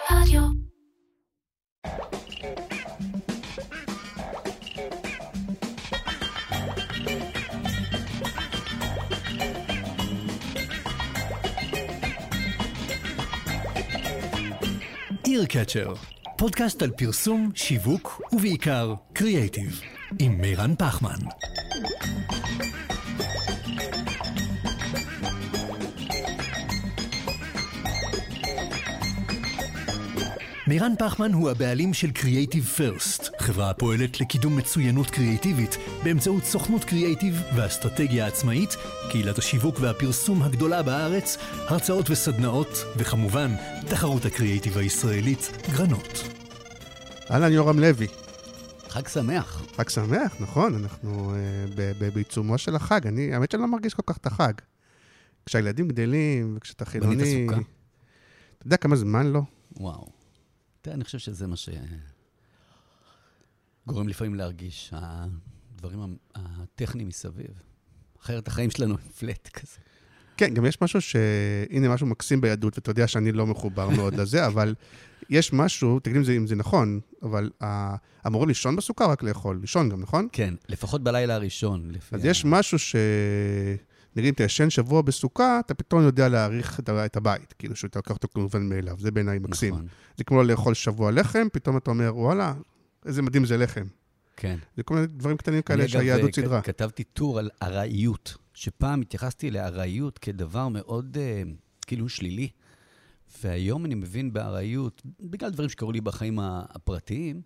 רדיו. אירקצ'ר, פודקאסט על פרסום, שיווק ובעיקר קריאייטיב, עם מירן פחמן. מירן פחמן הוא הבעלים של קריאייטיב פירסט, חברה הפועלת לקידום מצוינות קריאייטיבית באמצעות סוכנות קריאייטיב ואסטרטגיה עצמאית, קהילת השיווק והפרסום הגדולה בארץ, הרצאות וסדנאות, וכמובן, תחרות הקריאייטיב הישראלית, גרנות. אהלן, יורם לוי. חג שמח. חג שמח, נכון, אנחנו בעיצומו של החג. האמת שאני לא מרגיש כל כך את החג. כשהילדים גדלים וכשאתה חילוני... בנית הסוכה. אתה יודע כמה זמן לא? וואו. אני חושב שזה מה שגורם לפעמים להרגיש, הדברים הטכניים מסביב. אחרת החיים שלנו הם פלט כזה. כן, גם יש משהו הנה משהו מקסים ביהדות, ואתה יודע שאני לא מחובר מאוד לזה, אבל יש משהו, תגיד אם זה נכון, אבל אמורים לישון בסוכה רק לאכול, לישון גם, נכון? כן, לפחות בלילה הראשון. אז יש משהו נגיד אם אתה ישן שבוע בסוכה, אתה פתאום יודע להעריך את הבית, כאילו שאתה לוקח אותו כמובן מאליו, זה בעיניי מקסים. נכון. זה כמו לאכול שבוע לחם, פתאום אתה אומר, וואלה, איזה מדהים זה לחם. כן. זה כל מיני דברים קטנים כאלה שהיהדות סדרה. אני כתבתי טור על ארעיות, שפעם התייחסתי לארעיות כדבר מאוד כאילו שלילי, והיום אני מבין בארעיות, בגלל דברים שקראו לי בחיים הפרטיים,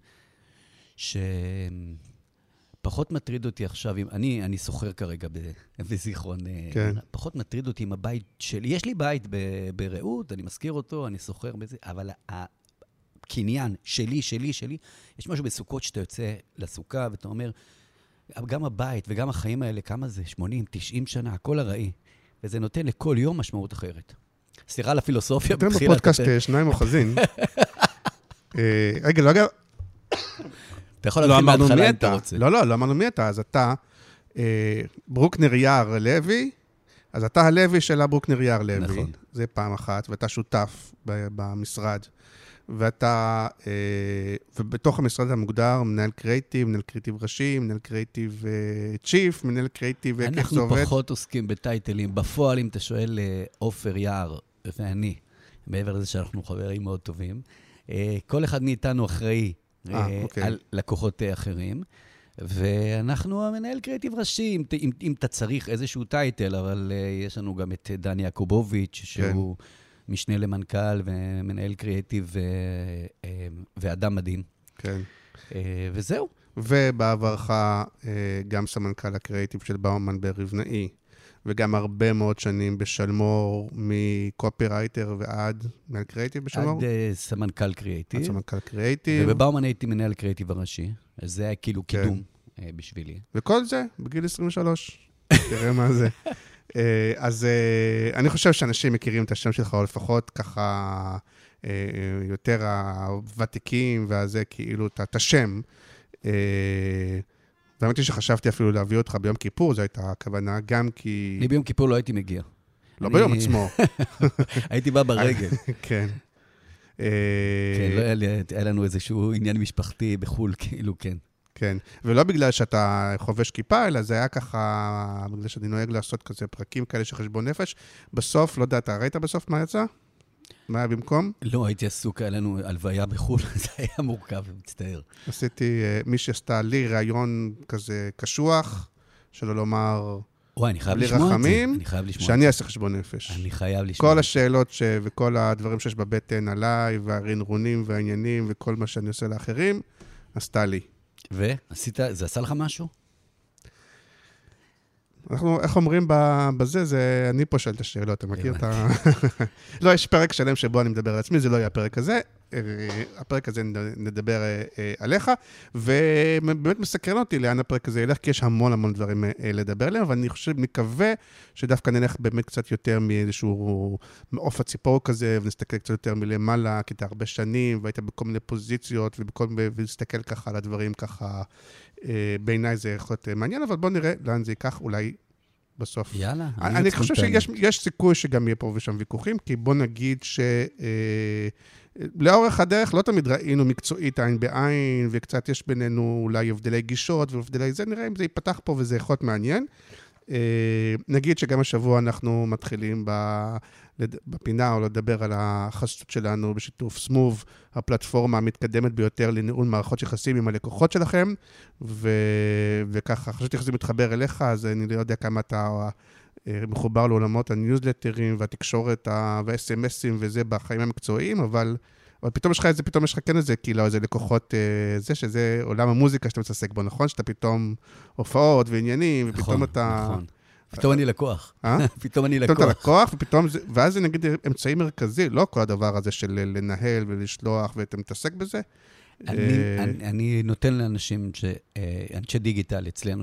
פחות מטריד אותי עכשיו, אני סוחר כרגע בזיכרון, כן. פחות מטריד אותי עם הבית שלי. יש לי בית ברעות, אני מזכיר אותו, אני סוחר בזה, אבל הקניין שלי, יש משהו בסוכות שאתה יוצא לסוכה, ואתה אומר, גם הבית וגם החיים האלה, כמה זה? 80, 90 שנה, הכל הראי. וזה נותן לכל יום משמעות אחרת. סליחה על הפילוסופיה. אתם בפודקאסט שניים אוחזין. רגע, לא אגב... אתה יכול להתחיל מההתחלה אם אתה רוצה. לא אמרנו מי אתה. אז אתה ברוקנר יער לוי, אז אתה הלוי של הברוקנר יער לוי. נכון. זה פעם אחת, ואתה שותף במשרד. ואתה, ובתוך המשרד המוגדר, מנהל קריאיטיב ראשי, מנהל קריאיטיב צ'יף, מנהל קריאיטיב, איך זה עובד? אנחנו פחות עוסקים בטייטלים. בפועל, אם אתה שואל עופר יער, ואני, מעבר לזה שאנחנו חברים מאוד טובים, כל אחד מאיתנו אחראי על לקוחות אחרים, ואנחנו המנהל קריאיטיב ראשי, אם אתה צריך איזשהו טייטל, אבל יש לנו גם את דני יעקובוביץ', שהוא משנה למנכ"ל ומנהל קריאיטיב ואדם מדהים. כן. וזהו. ובעברך גם סמנכ"ל הקריאיטיב של באומן ברבנאי, וגם הרבה מאוד שנים בשלמור, מקופירייטר ועד מנהל קריאיטיב בשלמור? עד סמנכ"ל קריאיטיב. עד סמנכ"ל קריאיטיב. ובבאומן הייתי מנהל קריאיטיב הראשי, אז זה היה כאילו קידום בשבילי. וכל זה בגיל 23. תראה מה זה. אז אני חושב שאנשים מכירים את השם שלך, או לפחות ככה יותר הוותיקים, והזה כאילו את השם. והאמת היא שחשבתי אפילו להביא אותך ביום כיפור, זו הייתה הכוונה, גם כי... אני ביום כיפור לא הייתי מגיע. לא ביום עצמו. הייתי בא ברגל. כן. כן, לא היה לנו איזשהו עניין משפחתי בחול, כאילו, כן. כן, ולא בגלל שאתה חובש כיפה, אלא זה היה ככה, בגלל שאני נוהג לעשות כזה פרקים כאלה של חשבון נפש. בסוף, לא יודע, אתה ראית בסוף מה יצא? מה היה במקום? לא, הייתי עסוק, היה לנו הלוויה בחול, זה היה מורכב, מצטער. עשיתי, מי שעשתה לי רעיון כזה קשוח, שלא לומר... וואי, אני חייב בלי לשמוע רחמים, את זה. אני חייב לשמוע שאני אעשה חשבון נפש. אני חייב לשמוע. כל השאלות וכל הדברים שיש בבטן עליי, והרנרונים והעניינים, וכל מה שאני עושה לאחרים, עשתה לי. ועשית, זה עשה לך משהו? אנחנו, איך אומרים בזה, זה אני פה שואל את השאלות, אתה מכיר את ה... לא, יש פרק שלם שבו אני מדבר על עצמי, זה לא יהיה הפרק הזה, הפרק הזה נדבר עליך, ובאמת מסקרן אותי לאן הפרק הזה ילך, כי יש המון דברים לדבר עליהם, אבל אני חושב, מקווה שדווקא נלך באמת קצת יותר מאיזשהו מעוף הציפור כזה, ונסתכל קצת יותר מלמעלה, כי אתה הרבה שנים, והיית בכל מיני פוזיציות, ונסתכל ככה על הדברים ככה, בעיניי זה יכול להיות מעניין, אבל בואו נראה לאן זה ייקח, אולי בסוף. יאללה. אני חושב שיש סיכוי שגם יהיה פה ושם ויכוחים, כי בוא נגיד לאורך הדרך לא תמיד ראינו מקצועית עין בעין, וקצת יש בינינו אולי הבדלי גישות והבדלי זה, נראה אם זה ייפתח פה וזה יכול להיות מעניין. נגיד שגם השבוע אנחנו מתחילים בפינה או לדבר על החסות שלנו בשיתוף סמוב, הפלטפורמה המתקדמת ביותר לניהול מערכות יחסים עם הלקוחות שלכם, וככה חשבתי איך זה מתחבר אליך, אז אני לא יודע כמה אתה מחובר לעולמות הניוזלטרים והתקשורת וה-SMSים וזה בחיים המקצועיים, אבל פתאום יש לך איזה, פתאום יש לך כן איזה, כאילו איזה לקוחות, זה שזה עולם המוזיקה שאתה מתעסק בו, נכון? שאתה פתאום הופעות ועניינים, ופתאום אתה... נכון. פתאום אני לקוח. פתאום אתה לקוח, ואז זה נגיד אמצעי מרכזי, לא כל הדבר הזה של לנהל ולשלוח, ואתה מתעסק בזה. אני נותן לאנשים, אנשי דיגיטל אצלנו,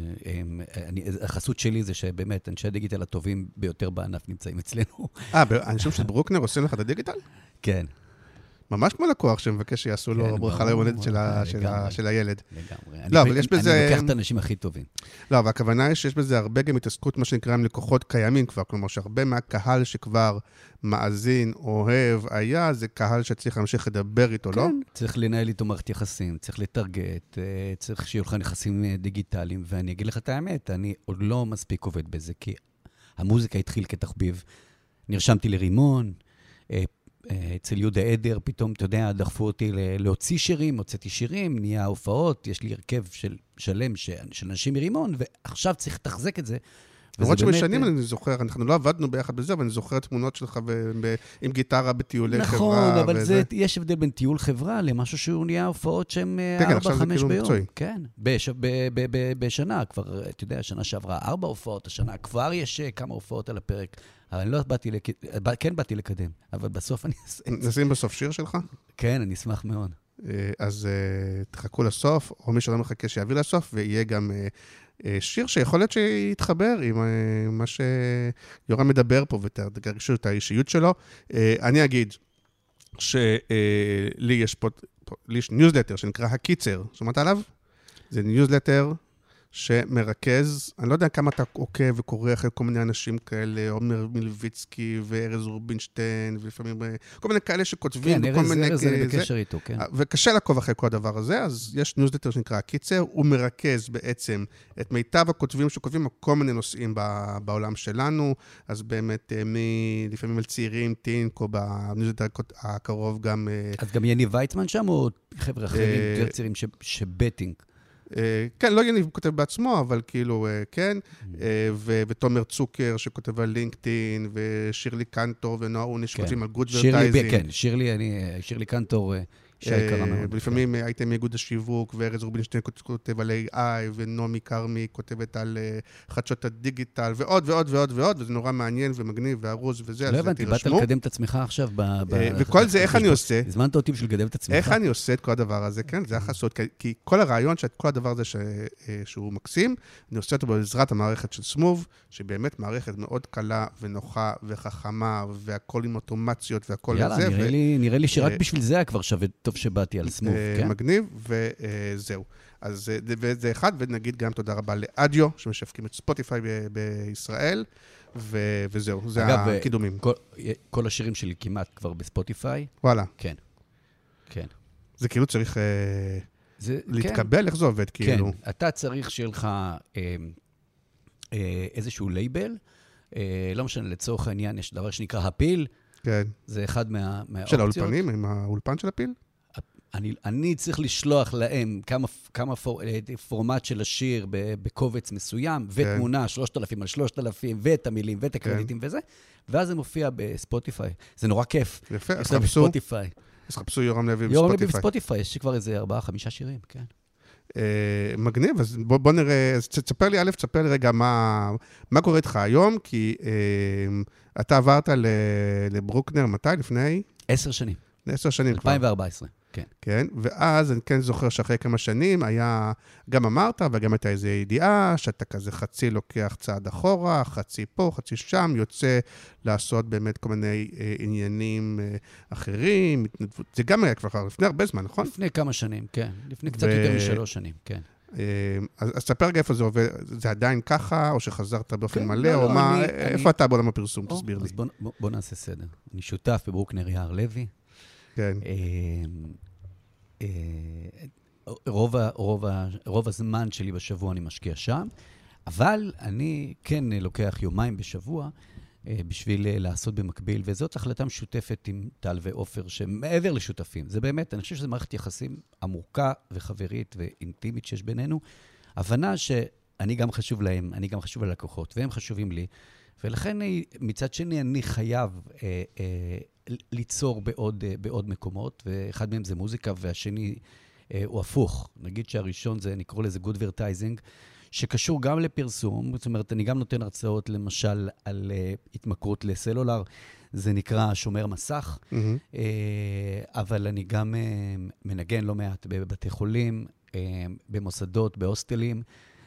החסות שלי זה שבאמת אנשי הדיגיטל הטובים ביותר בענף נמצאים אצלנו. אנשים של ברוקנר עושים לך את הדיגיטל? כן. ממש כמו לקוח שמבקש שיעשו לו ברכה ליומולדת של הילד. לגמרי. אני לוקח את האנשים הכי טובים. לא, והכוונה היא שיש בזה הרבה גם התעסקות, מה שנקרא, עם לקוחות קיימים כבר. כלומר, שהרבה מהקהל שכבר מאזין, אוהב, היה, זה קהל שצריך להמשיך לדבר איתו, לא? כן, צריך לנהל איתו מערכת יחסים, צריך לטרגט, צריך שיהיו לך נכסים דיגיטליים, ואני אגיד לך את האמת, אני עוד לא מספיק עובד בזה, כי המוזיקה התחיל כתחביב. נרשמתי לרימון, אצל יהודה עדר, פתאום, אתה יודע, דחפו אותי להוציא שירים, הוצאתי שירים, נהיה הופעות, יש לי הרכב שלם של אנשים מרימון, ועכשיו צריך לתחזק את זה. למרות שבשנים אני זוכר, אנחנו לא עבדנו ביחד בזה, אבל אני זוכר תמונות שלך עם גיטרה בטיולי חברה. נכון, אבל יש הבדל בין טיול חברה למשהו שהוא נהיה הופעות שהן 4-5 ביום. כן, בשנה, כבר, אתה יודע, השנה שעברה 4 הופעות, השנה כבר יש כמה הופעות על הפרק. אבל אני לא כן באתי לקדם, אבל בסוף אני אעשה את זה. נשים בסוף שיר שלך? כן, אני אשמח מאוד. אז תחכו לסוף, או מי שלא מחכה שיביא לסוף, ויהיה גם שיר שיכול להיות שיתחבר עם מה שיורם מדבר פה, ותגרשו את האישיות שלו. אני אגיד שלי יש ניוזלטר שנקרא הקיצר, שמעת עליו? זה ניוזלטר שמרכז, אני לא יודע כמה אתה עוקב וקורא אחרי כל מיני אנשים כאלה, עומר מלביצקי וארז רובינשטיין, ולפעמים כל מיני כאלה שכותבים. כן, ארז אני בקשר איתו, כן. וקשה לעקוב אחרי כל הדבר הזה, אז יש ניוזלטר שנקרא הקיצר, הוא מרכז בעצם את מיטב הכותבים שכותבים כל מיני נושאים בעולם שלנו, אז באמת לפעמים על צעירים, טינק, או בניוזלטר הקרוב גם... אז גם יניב ויצמן שם, או חבר'ה אחרים יותר צעירים שבטינג? כן, לא יניב כותב בעצמו, אבל כאילו, כן, ותומר צוקר שכותב על לינקדאין, ושירלי קנטור ונועה אוני שכותבים על גוד ורטייזינג. כן, שירלי קנטור, שהיקרה מאוד. ולפעמים הייתם מאיגוד השיווק, וארז רובינשטיין כותב על AI, ונומי קרמי כותבת על חדשות הדיגיטל, ועוד ועוד ועוד ועוד, וזה נורא מעניין ומגניב והרוז וזה, לא הבנתי, באת לקדם את עצמך עכשיו וכל זה, איך אני עושה? הזמנת אותי בשביל לקדם את עצמך. איך אני עושה את כל הדבר הזה? כן, זה החסות, כי כל הרעיון שאת כל הדבר הזה שהוא מקסים, אני עושה אותו בעזרת המערכת של סמוב, שבאמת מערכת מאוד קלה ונוחה וחכמה, והכל עם אוטומציות והכל לזה. יאללה, נראה לי שרק בשביל זה כבר שווה טוב שבאתי על סמוב, כן? מגניב, וזהו. אז זה אחד, ונגיד גם תודה רבה לאדיו, שמשווקים את ספוטיפיי בישראל, וזהו, זה הקידומים. כל השירים שלי כמעט כבר בספוטיפיי. וואלה. כן. כן. זה כאילו צריך להתקבל, איך זה עובד, כאילו? כן, אתה צריך שיהיה לך איזשהו לייבל, לא משנה, לצורך העניין, יש דבר שנקרא הפיל, כן. זה אחד מהאופציות. של האולפנים, עם האולפן של הפיל? אני צריך לשלוח להם כמה פורמט של השיר בקובץ מסוים, ותמונה 3,000 על 3,000, ואת המילים, ואת הקרדיטים וזה, ואז זה מופיע בספוטיפיי. זה נורא כיף. יפה, אז חפשו יורם לוי בספוטיפיי. יורם לוי בספוטיפיי, יש כבר איזה 4-5 שירים, כן. מגניב, אז בוא נראה, תספר לי רגע מה קורה איתך היום, כי אתה עברת לברוקנר, מתי? לפני? 10 שנים. 10 שנים כבר. 2014, כן. כן, ואז אני כן זוכר שאחרי כמה שנים היה, גם אמרת, וגם הייתה איזו ידיעה, שאתה כזה חצי לוקח צעד אחורה, חצי פה, חצי שם, יוצא לעשות באמת כל מיני עניינים אחרים, זה גם היה כבר לפני הרבה זמן, נכון? לפני כמה שנים, כן. לפני קצת יותר מ3 שנים, כן. אז תספר רגע איפה זה עובד, זה עדיין ככה, או שחזרת באופן מלא, או מה, איפה אתה בעולם הפרסום, תסביר לי. אז בוא נעשה סדר. אני שותף בברוקנר יער לוי. כן. רוב הזמן שלי בשבוע אני משקיע שם, אבל אני כן לוקח יומיים בשבוע בשביל לעשות במקביל, וזאת החלטה משותפת עם טל ואופר, שמעבר לשותפים. זה באמת, אני חושב שזו מערכת יחסים עמוקה וחברית ואינטימית שיש בינינו. הבנה שאני גם חשוב להם, אני גם חשוב ללקוחות, והם חשובים לי, ולכן מצד שני אני חייב ליצור בעוד מקומות, ואחד מהם זה מוזיקה, והשני הוא הפוך. נגיד שהראשון זה, נקרא לזה good advertising, שקשור גם לפרסום, זאת אומרת, אני גם נותן הרצאות, למשל, על התמכרות לסלולר, זה נקרא שומר מסך, אבל אני גם מנגן לא מעט בבתי חולים, במוסדות, בהוסטלים,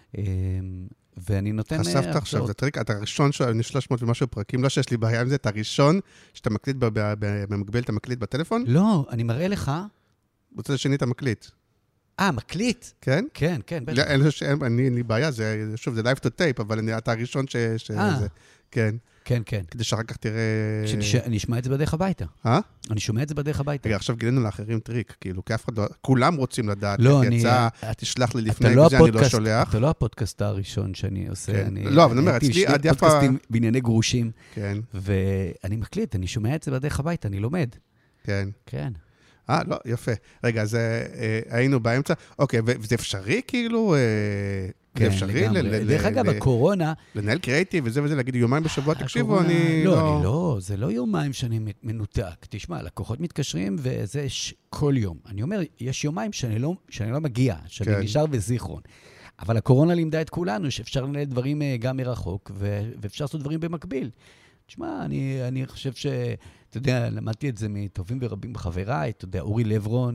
ואני נותן חשפת עכשיו, זה טריק, אתה הראשון שאני 300 ומשהו פרקים, לא שיש לי בעיה עם זה, אתה הראשון שאתה מקליט במקביל, אתה מקליט בטלפון? לא, אני מראה לך. בצד השני אתה מקליט. מקליט? כן? כן, כן, בטח. אין לי בעיה, שוב, זה live to tape, אבל אתה הראשון כן. כן, כן. כדי שאחר כך תראה... אני אשמע את זה בדרך הביתה. אני שומע את זה בדרך הביתה. רגע, עכשיו גילינו לאחרים טריק, כאילו, כי אף אחד לא... כולם רוצים לדעת, לא, איך יצא, תשלח לי לפני, וזה אני לא שולח. אתה לא הפודקאסט הראשון שאני עושה. לא, אבל אני אומר, אצלי עד יפה... פודקאסטים בענייני גרושים. כן. ואני מקליט, אני שומע את זה בדרך הביתה, אני לומד. כן. כן. לא, יפה. רגע, אז היינו באמצע. אוקיי, וזה אפשרי כאילו? כן, לגמרי. דרך אגב, הקורונה... לנהל קריאיטיב וזה וזה, להגיד יומיים בשבוע, תקשיבו, אני... לא, זה לא יומיים שאני מנותק. תשמע, לקוחות מתקשרים וזה כל יום. אני אומר, יש יומיים שאני לא מגיע, שאני נשאר בזיכרון. אבל הקורונה לימדה את כולנו שאפשר לנהל דברים גם מרחוק, ואפשר לעשות דברים במקביל. תשמע, אני חושב ש... אתה יודע, למדתי את זה מטובים ורבים בחבריי, אתה יודע, אורי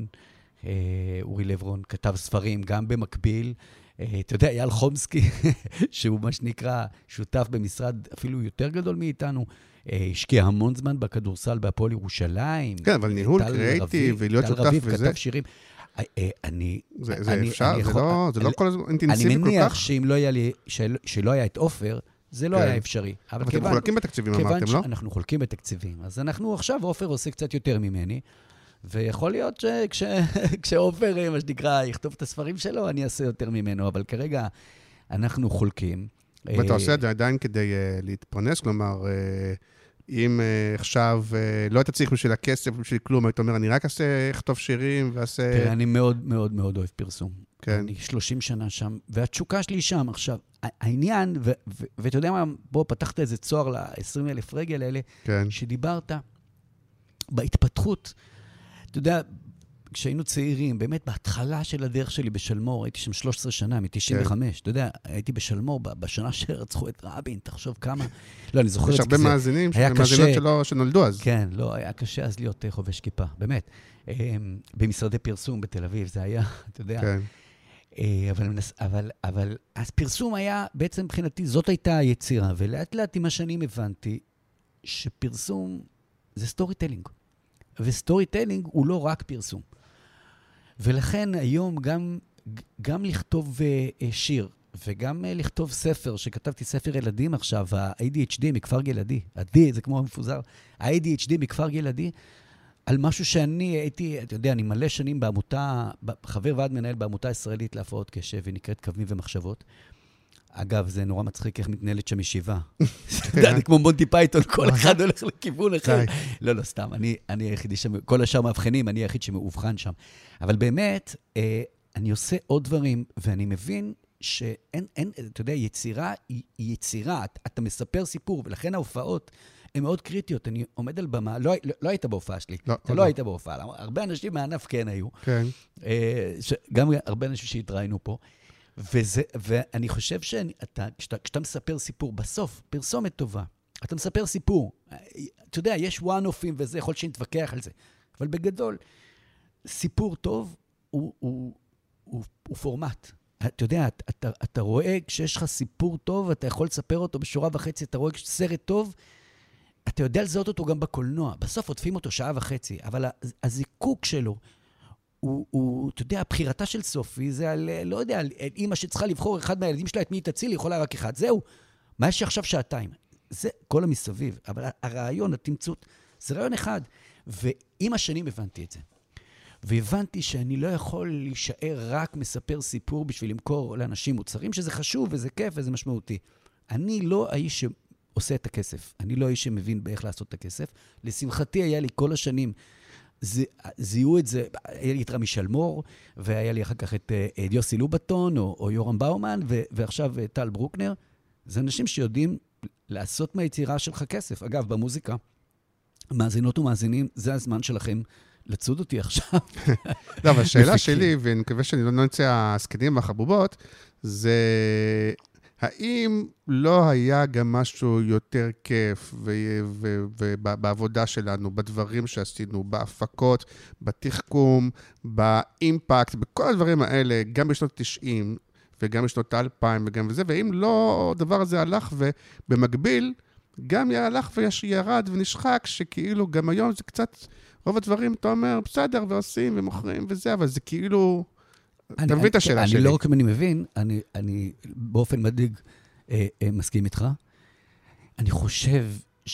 לברון כתב ספרים גם במקביל, אתה יודע, אייל חומסקי, שהוא מה שנקרא שותף במשרד אפילו יותר גדול מאיתנו, השקיע המון זמן בכדורסל בהפועל ירושלים. כן, אבל ניהול קריאיטיב ולהיות שותף וזה. כתב שירים. זה אפשר, זה לא כל הזמן אינטנסיבי כל כך. אני מניח שאם לא היה את אופר, זה לא היה אפשרי. אבל אתם חולקים בתקציבים, אמרתם, לא? אנחנו חולקים בתקציבים. אז אנחנו עכשיו, אופר עושה קצת יותר ממני, ויכול להיות שכשאופר, מה שנקרא, יכתוב את הספרים שלו, אני אעשה יותר ממנו, אבל כרגע אנחנו חולקים. ואתה עושה את זה עדיין כדי להתפרנס, כלומר, אם עכשיו לא היית צריך בשביל הכסף, בשביל כלום, היית אומר, אני רק אכתוב שירים ועשה... תראה, אני מאוד מאוד מאוד אוהב פרסום. כן. אני 30 שנה שם, והתשוקה שלי שם עכשיו. העניין, ואתה יודע מה, בוא פתחת איזה צוהר ל-20,000 רגל האלה, כן. שדיברת בהתפתחות. אתה יודע, כשהיינו צעירים, באמת בהתחלה של הדרך שלי בשלמור, הייתי שם 13 שנה, מ-95, אתה יודע, הייתי בשלמור בשנה שרצחו את רבין, תחשוב כמה, לא, אני זוכר את זה. יש הרבה מאזינים, מאזינות שנולדו אז. כן, לא, היה קשה אז להיות חובש כיפה, באמת. במשרדי פרסום בתל אביב, זה היה, אתה יודע. כן. אבל אז פרסום היה, בעצם מבחינתי, זאת הייתה היצירה, ולאט לאט עם השנים הבנתי שפרסום זה סטורי טלינג. וסטורי טלינג הוא לא רק פרסום. ולכן היום גם לכתוב שיר, וגם לכתוב ספר, שכתבתי ספר ילדים עכשיו, ה-ADHD מכפר גלעדי, זה כמו מפוזר, ה-ADHD מכפר גלעדי, על משהו שאני הייתי, אתה יודע, אני מלא שנים בעמותה, חבר ועד מנהל בעמותה ישראלית להפרעות קשב, ונקראת קווים ומחשבות. אגב, זה נורא מצחיק איך מתנהלת שם ישיבה. אתה יודע, כמו מונטי פייתון, כל אחד הולך לכיוון אחר. לא, סתם, אני היחידי שם, כל השאר מאבחנים, אני היחיד שמאובחן שם. אבל באמת, אני עושה עוד דברים, ואני מבין שאין, אתה יודע, יצירה היא יצירה, אתה מספר סיפור, ולכן ההופעות הן מאוד קריטיות. אני עומד על במה, לא היית בהופעה שלי, אתה לא היית בהופעה, הרבה אנשים מהענף כן היו. כן. גם הרבה אנשים שהתראינו פה. ואני חושב כשאתה מספר סיפור, בסוף, פרסומת טובה, אתה מספר סיפור, אתה יודע, יש one-offים וזה, יכול שנתווכח על זה, אבל בגדול, סיפור טוב הוא פורמט. אתה יודע, אתה רואה, כשיש לך סיפור טוב, אתה יכול לספר אותו בשורה וחצי, אתה רואה סרט טוב, אתה יודע לזהות אותו גם בקולנוע, בסוף עוטפים אותו שעה וחצי, אבל הזיקוק שלו, אתה יודע, הבחירתה של סופי זה על, לא יודע, על אמא שצריכה לבחור אחד מהילדים שלה, את מי תציל, יכולה רק אחד. זהו, מה יש שעכשיו שעתיים? זה כל המסביב, אבל הרעיון, התמצות, זה רעיון אחד. ועם השנים הבנתי את זה. והבנתי שאני לא יכול להישאר רק מספר סיפור בשביל למכור לאנשים מוצרים, שזה חשוב וזה כיף וזה משמעותי. אני לא האיש שעושה את הכסף. אני לא האיש שמבין באיך לעשות את הכסף. לשמחתי היה לי כל השנים, זיהו את זה, היה לי את רמי שלמור, והיה לי אחר כך את יוסי לובטון, או יורם באומן, ועכשיו טל ברוקנר. זה אנשים שיודעים לעשות מהיצירה שלך כסף. אגב, במוזיקה, מאזינות ומאזינים, זה הזמן שלכם לצוד אותי עכשיו. לא, אבל השאלה שלי, ואני מקווה שאני לא נוצא הסקדים והחבובות, זה האם לא היה גם משהו יותר כיף בעבודה שלנו, בדברים שעשינו, בהפקות, בתחכום, באימפקט, בכל הדברים האלה, גם בשנות 90 וגם בשנות 2000 וגם וזה, ואם לא, הדבר הזה הלך ובמקביל, גם הלך וירד ונשחק, שכאילו גם היום זה קצת, רוב הדברים אתה אומר, בסדר, ועושים ומוכרים וזה, אבל זה כאילו, אתה מבין את השאלה שלי. אני לא רק אם אני מבין, אני באופן מדאיג מסכים איתך. אני חושב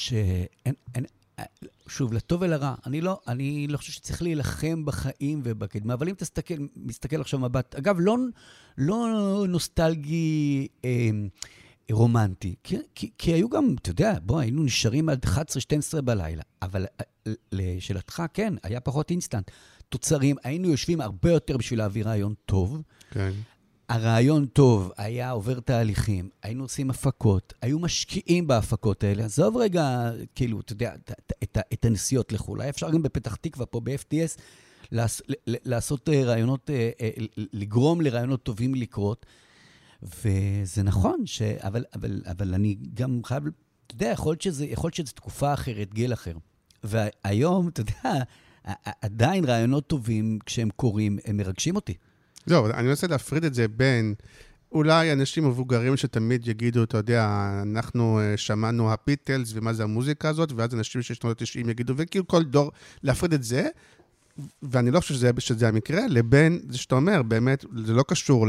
שוב, לטוב ולרע, אני לא חושב שצריך להילחם בחיים ובקדמה, אבל אם מסתכל עכשיו מבט, אגב, לא נוסטלגי רומנטי, כי היו גם, אתה יודע, היינו נשארים עד 11-12 בלילה, אבל לשאלתך, כן, היה פחות אינסטנט. תוצרים, היינו יושבים הרבה יותר בשביל להביא רעיון טוב. כן. הרעיון טוב היה עובר תהליכים, היינו עושים הפקות, היו משקיעים בהפקות האלה. עזוב רגע, כאילו, אתה יודע, את הנסיעות לחו"ל. היה אפשר גם בפתח תקווה, פה ב-FTS, לעשות רעיונות, לגרום לרעיונות טובים לקרות. וזה נכון, אבל אני גם חייב, אתה יודע, יכול להיות שזו תקופה אחרת, גיל אחר. והיום, אתה יודע, עדיין רעיונות טובים, כשהם קוראים, הם מרגשים אותי. זהו, אני רוצה להפריד את זה בין, אולי אנשים מבוגרים שתמיד יגידו, אתה יודע, אנחנו שמענו הביטלס ומה זה המוזיקה הזאת, ואז אנשים של שנות ה-90 יגידו, וכאילו כל דור להפריד את זה, ואני לא חושב שזה המקרה, לבין זה שאתה אומר, באמת, זה לא קשור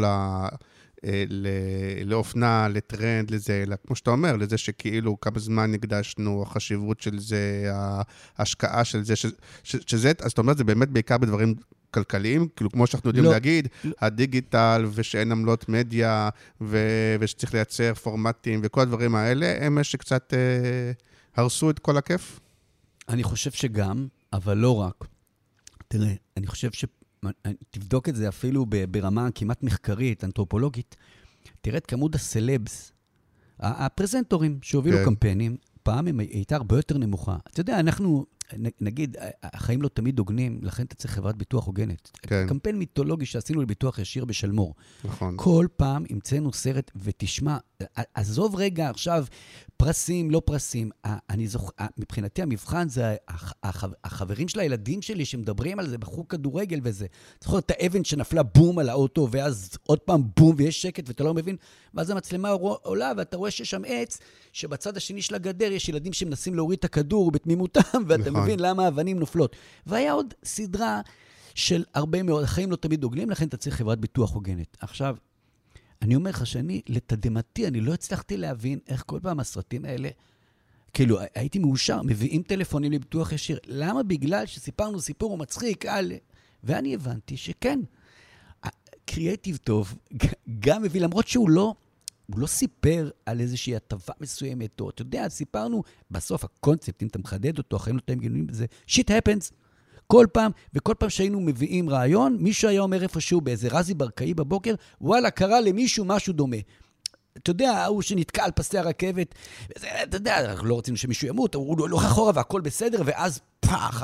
לאופנה, לטרנד, לזה, אלא כמו שאתה אומר, לזה שכאילו כמה זמן נקדשנו, החשיבות של זה, ההשקעה של זה, שזה, אז אתה אומר, זה באמת בעיקר בדברים כלכליים, כאילו כמו שאנחנו יודעים להגיד, הדיגיטל ושאין עמלות מדיה, ושצריך לייצר פורמטים וכל הדברים האלה, הם שקצת הרסו את כל הכיף? אני חושב שגם, אבל לא רק. תראה, אני חושב תבדוק את זה אפילו ברמה כמעט מחקרית, אנתרופולוגית, תראה את כמות הסלבס, הפרזנטורים שהובילו קמפיינים, פעם הייתה הרבה יותר נמוכה. אתה יודע, אנחנו, נגיד, החיים לא תמיד הוגנים, לכן אתה צריך חברת ביטוח הוגנת. כן. קמפיין מיתולוגי שעשינו לביטוח ישיר בשלמור. נכון. כל פעם המצאנו סרט, ותשמע, עזוב רגע עכשיו, פרסים, לא פרסים. מבחינתי המבחן זה החברים של הילדים שלי שמדברים על זה, בחוג כדורגל וזה. זוכר את האבן שנפלה בום על האוטו, ואז עוד פעם בום ויש שקט ואתה לא מבין, ואז המצלמה עולה ואתה רואה שיש שם עץ, שבצד השני של הגדר יש ילדים שמנסים להוריד את הכדור בתמימותם, ואתה מבין למה האבנים נופלות. והיה עוד סדרה של הרבה מאוד, החיים לא תמיד הוגנים, לכן אתה צריך חברת ביטוח הוגנת. עכשיו, אני אומר לך שאני, לתדמתי, אני לא הצלחתי להבין איך כל פעם הסרטים האלה, כאילו, הייתי מאושר, מביאים טלפונים לביטוח ישיר. למה? בגלל שסיפרנו סיפור מצחיק, ואני הבנתי שכן, קריאטיב טוב, גם מביא, למרות שהוא לא סיפר על איזושהי הטבה מסוימת, או אתה יודע, סיפרנו, בסוף הקונספט, אם אתה מחדד אותו, החיים לא תאים גנונים בזה, shit happens, כל פעם, וכל פעם שהיינו מביאים רעיון, מישהו היה אומר איפשהו באיזה רזי ברקאי בבוקר, וואלה, קרה למישהו משהו דומה. אתה יודע, הוא שנתקע על פסי הרכבת, וזה, אתה יודע, אנחנו לא רוצים שמישהו ימות, הוא הולך אחורה והכל בסדר, ואז פח,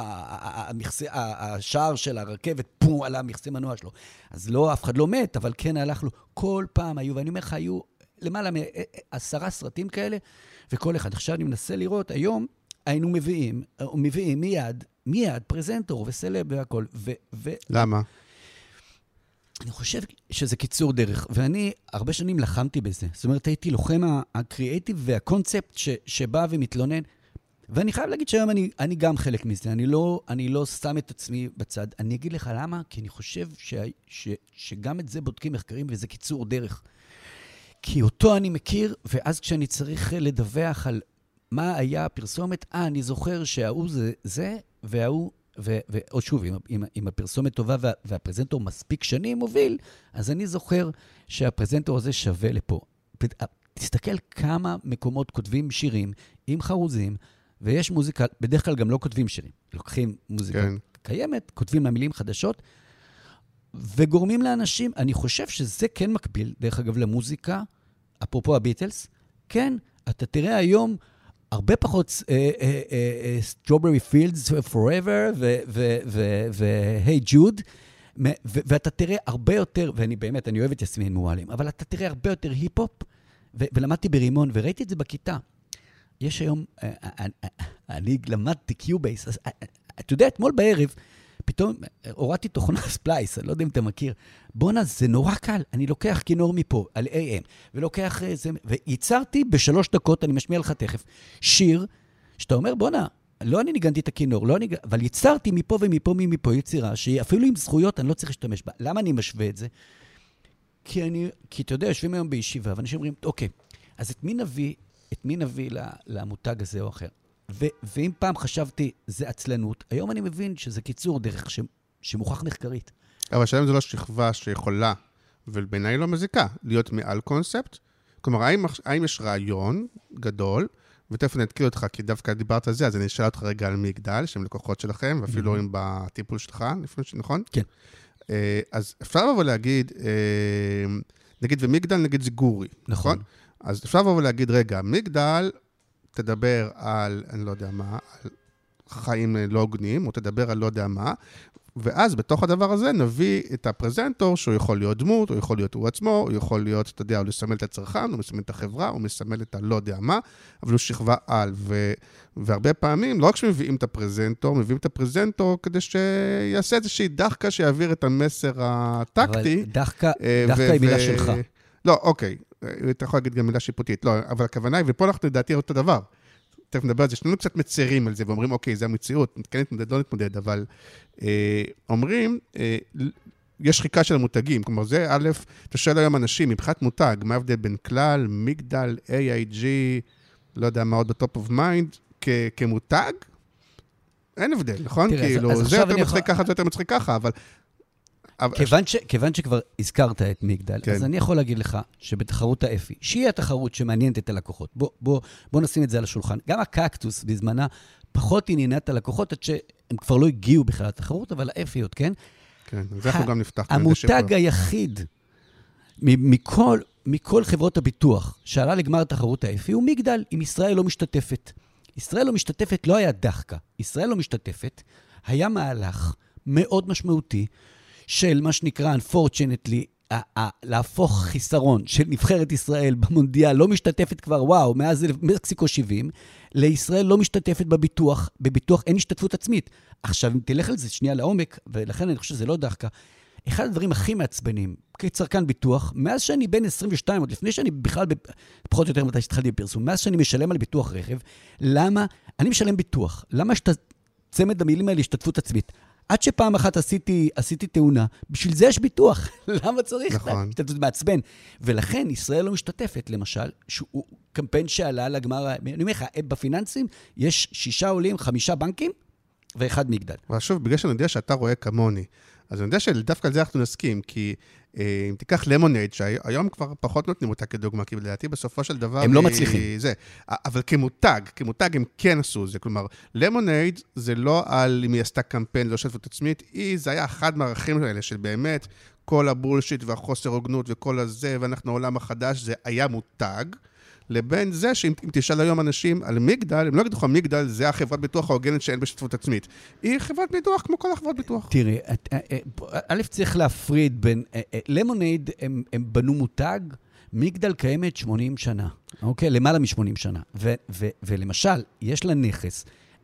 השער של הרכבת, פום, עלה מכסה מנוע שלו. אז לא, אף אחד לא מת, אבל כן הלך לו. כל פעם היו, ואני אומר לך, היו למעלה מ10 סרטים כאלה, וכל אחד. עכשיו אני מנסה לראות, היום היינו מביאים מיד פרזנטור וסלב והכל. למה? אני חושב שזה קיצור דרך, ואני הרבה שנים לחמתי בזה. זאת אומרת, הייתי לוחם הקריאטיב והקונספט שבא ומתלונן, ואני חייב להגיד שהיום אני גם חלק מזה. אני לא שם את עצמי בצד. אני אגיד לך למה, כי אני חושב שגם את זה בודקים מחקרים, וזה קיצור דרך. כי אותו אני מכיר, ואז כשאני צריך לדווח על מה היה הפרסומת, אני זוכר שההוא זה, וההוא ועוד שוב, אם הפרסומת טובה והפרזנטור מספיק שנים מוביל, אז אני זוכר שהפרזנטור הזה שווה לפה. תסתכל כמה מקומות כותבים שירים עם חרוזים, ויש מוזיקה, בדרך כלל גם לא כותבים שירים. לוקחים מוזיקה קיימת, כותבים לה מילים חדשות, וגורמים לאנשים, אני חושב שזה כן מקביל, דרך אגב, למוזיקה, אפרופו הביטלס, כן, אתה תראה היום הרבה פחות Strawberry Fields Forever ו-Hey Jude, ואתה תראה הרבה יותר, ואני באמת, אני אוהב את יסמין מועלם, אבל אתה תראה הרבה יותר היפ-הופ, ולמדתי ברימון, וראיתי את זה בכיתה. יש היום, אני למדתי קיובייס, אז אתה יודע, אתמול בערב, פתאום הורדתי תוכנה ספלייס, אני לא יודע אם אתה מכיר. בונה, זה נורא קל. אני לוקח כינור מפה, על AM, ולוקח זה, וייצרתי ב3 דקות, אני משמיע לך תכף, שיר, שאתה אומר, בונה, לא אני ניגנתי את הכינור, אבל ייצרתי מפה ומפה יצירה, שאפילו עם זכויות אני לא צריך להשתמש בה. למה אני משווה את זה? כי אתה יודע, יושבים היום בישיבה, ואנשים אומרים, אוקיי, אז את מי נביא למותג הזה או אחר? ואם פעם חשבתי, זה עצלנות, היום אני מבין שזה קיצור דרך שמוכח מחקרית. אבל השאלה זה לא שכבה שיכולה, ובעיניי לא מזיקה, להיות מעל קונספט. כלומר, האם יש רעיון גדול, ותכף אני אתקיל אותך, כי דווקא דיברת על זה, אז אני אשאל אותך רגע על מגדל, שהם לקוחות שלכם, ואפילו אם בטיפול שלך, נכון? כן. אז אפשר לבוא להגיד, נגיד, ומגדל נגיד זה גורי, נכון? אז אפשר לבוא להגיד, רגע, מגדל, תדבר על, אני לא יודע מה, על חיים לא הוגנים, או תדבר על לא יודע מה, ואז בתוך הדבר הזה נביא את הפרזנטור, שהוא יכול להיות דמות, הוא יכול להיות הוא עצמו, הוא יכול להיות, אתה יודע, הוא מסמל את הצרכן, הוא מסמל את החברה, הוא מסמל את הלא יודע מה, אבל הוא שכבה על, והרבה פעמים, לא רק שמביאים את הפרזנטור, מביאים את הפרזנטור כדי שיעשה איזושהי דחקה שיעביר את המסר הטקטי. אבל דחקה היא מילה שלך. לא, אוקיי. אתה יכול להגיד גם מילה שיפוטית, לא, אבל הכוונה היא, ופה אנחנו לדעתי אותו דבר. תכף נדבר על זה, שנינו קצת מצרים על זה, ואומרים, אוקיי, זה המציאות, כן נתמודד, לא נתמודד, אבל אומרים, יש שחיקה של המותגים, כלומר, זה א', אתה שואל היום אנשים, מבחינת מותג, מה ההבדל בין כלל, מגדל, AIG, לא יודע מה עוד בטופ אוף מיינד, כמותג? אין הבדל, נכון? כאילו, זה יותר מצחיק ככה, זה יותר מצחיק ככה, אבל כיוון שכבר הזכרת את מגדל, אז אני יכול להגיד לך שבתחרות האפי, שהיא התחרות שמעניינת את הלקוחות, בוא נשים את זה על השולחן. גם הקקטוס בזמנה פחות עניינה את הלקוחות, עד שהם כבר לא הגיעו בכלל לתחרות, אבל האפיות, כן? כן, אז אנחנו גם נפתח. המותג היחיד מכל חברות הביטוח שעלה לגמר תחרות האפי, הוא מגדל, אם ישראל לא משתתפת. ישראל לא משתתפת לא היה דחקה. ישראל לא משתתפת, היה מהלך מאוד משמעותי, של מה שנקרא, unfortunately, להפוך חיסרון של נבחרת ישראל במונדיאל, לא משתתפת כבר, וואו, מאז מקסיקו 70, לישראל לא משתתפת בביטוח אין השתתפות עצמית. עכשיו, אם תלך על זה שנייה לעומק, ולכן אני חושב שזה לא דחקה, אחד הדברים הכי מעצבנים, כצרכן ביטוח, מאז שאני בין 22, עוד לפני שאני בכלל, פחות או יותר מתי שהתחלתי בפרסום, מאז שאני משלם על ביטוח רכב, למה אני משלם ביטוח? למה שאתה צמד המילים האלה השתתפות עצמית? עד שפעם אחת עשיתי תאונה, בשביל זה יש ביטוח. למה צריך? נכון. השתתפות מעצבן. ולכן ישראל לא משתתפת, למשל, שהוא קמפיין שעלה לגמר, אני אומר לך, בפיננסים יש 6 עולים, 5 בנקים, ו1 מגדל. אבל שוב, בגלל שאני יודע שאתה רואה כמוני, אז אני יודע שדווקא על זה אנחנו נסכים, כי אם תיקח למונייד, שהיום כבר פחות נותנים אותה כדוגמה, כי לדעתי בסופו של דבר... הם לא מצליחים. אבל כמותג הם כן עשו זה. כלומר, למונייד זה לא על אם היא עשתה קמפיין, לא שתפות עצמית, זה היה אחד מהערכים האלה של באמת כל הבולשיט והחוסר הוגנות וכל הזה, ואנחנו העולם החדש, זה היה מותג, לבין זה שאם תשאל היום אנשים על מגדל, הם לא יגידו לך, מגדל זה החברת ביטוח ההוגנת שאין בשתתפות עצמית. היא חברת ביטוח כמו כל החברת ביטוח. תראי, א' צריך להפריד בין, למונייד הם בנו מותג, מגדל קיימת 80 שנה, אוקיי? למעלה מ-80 שנה. ולמשל, יש לה נכס,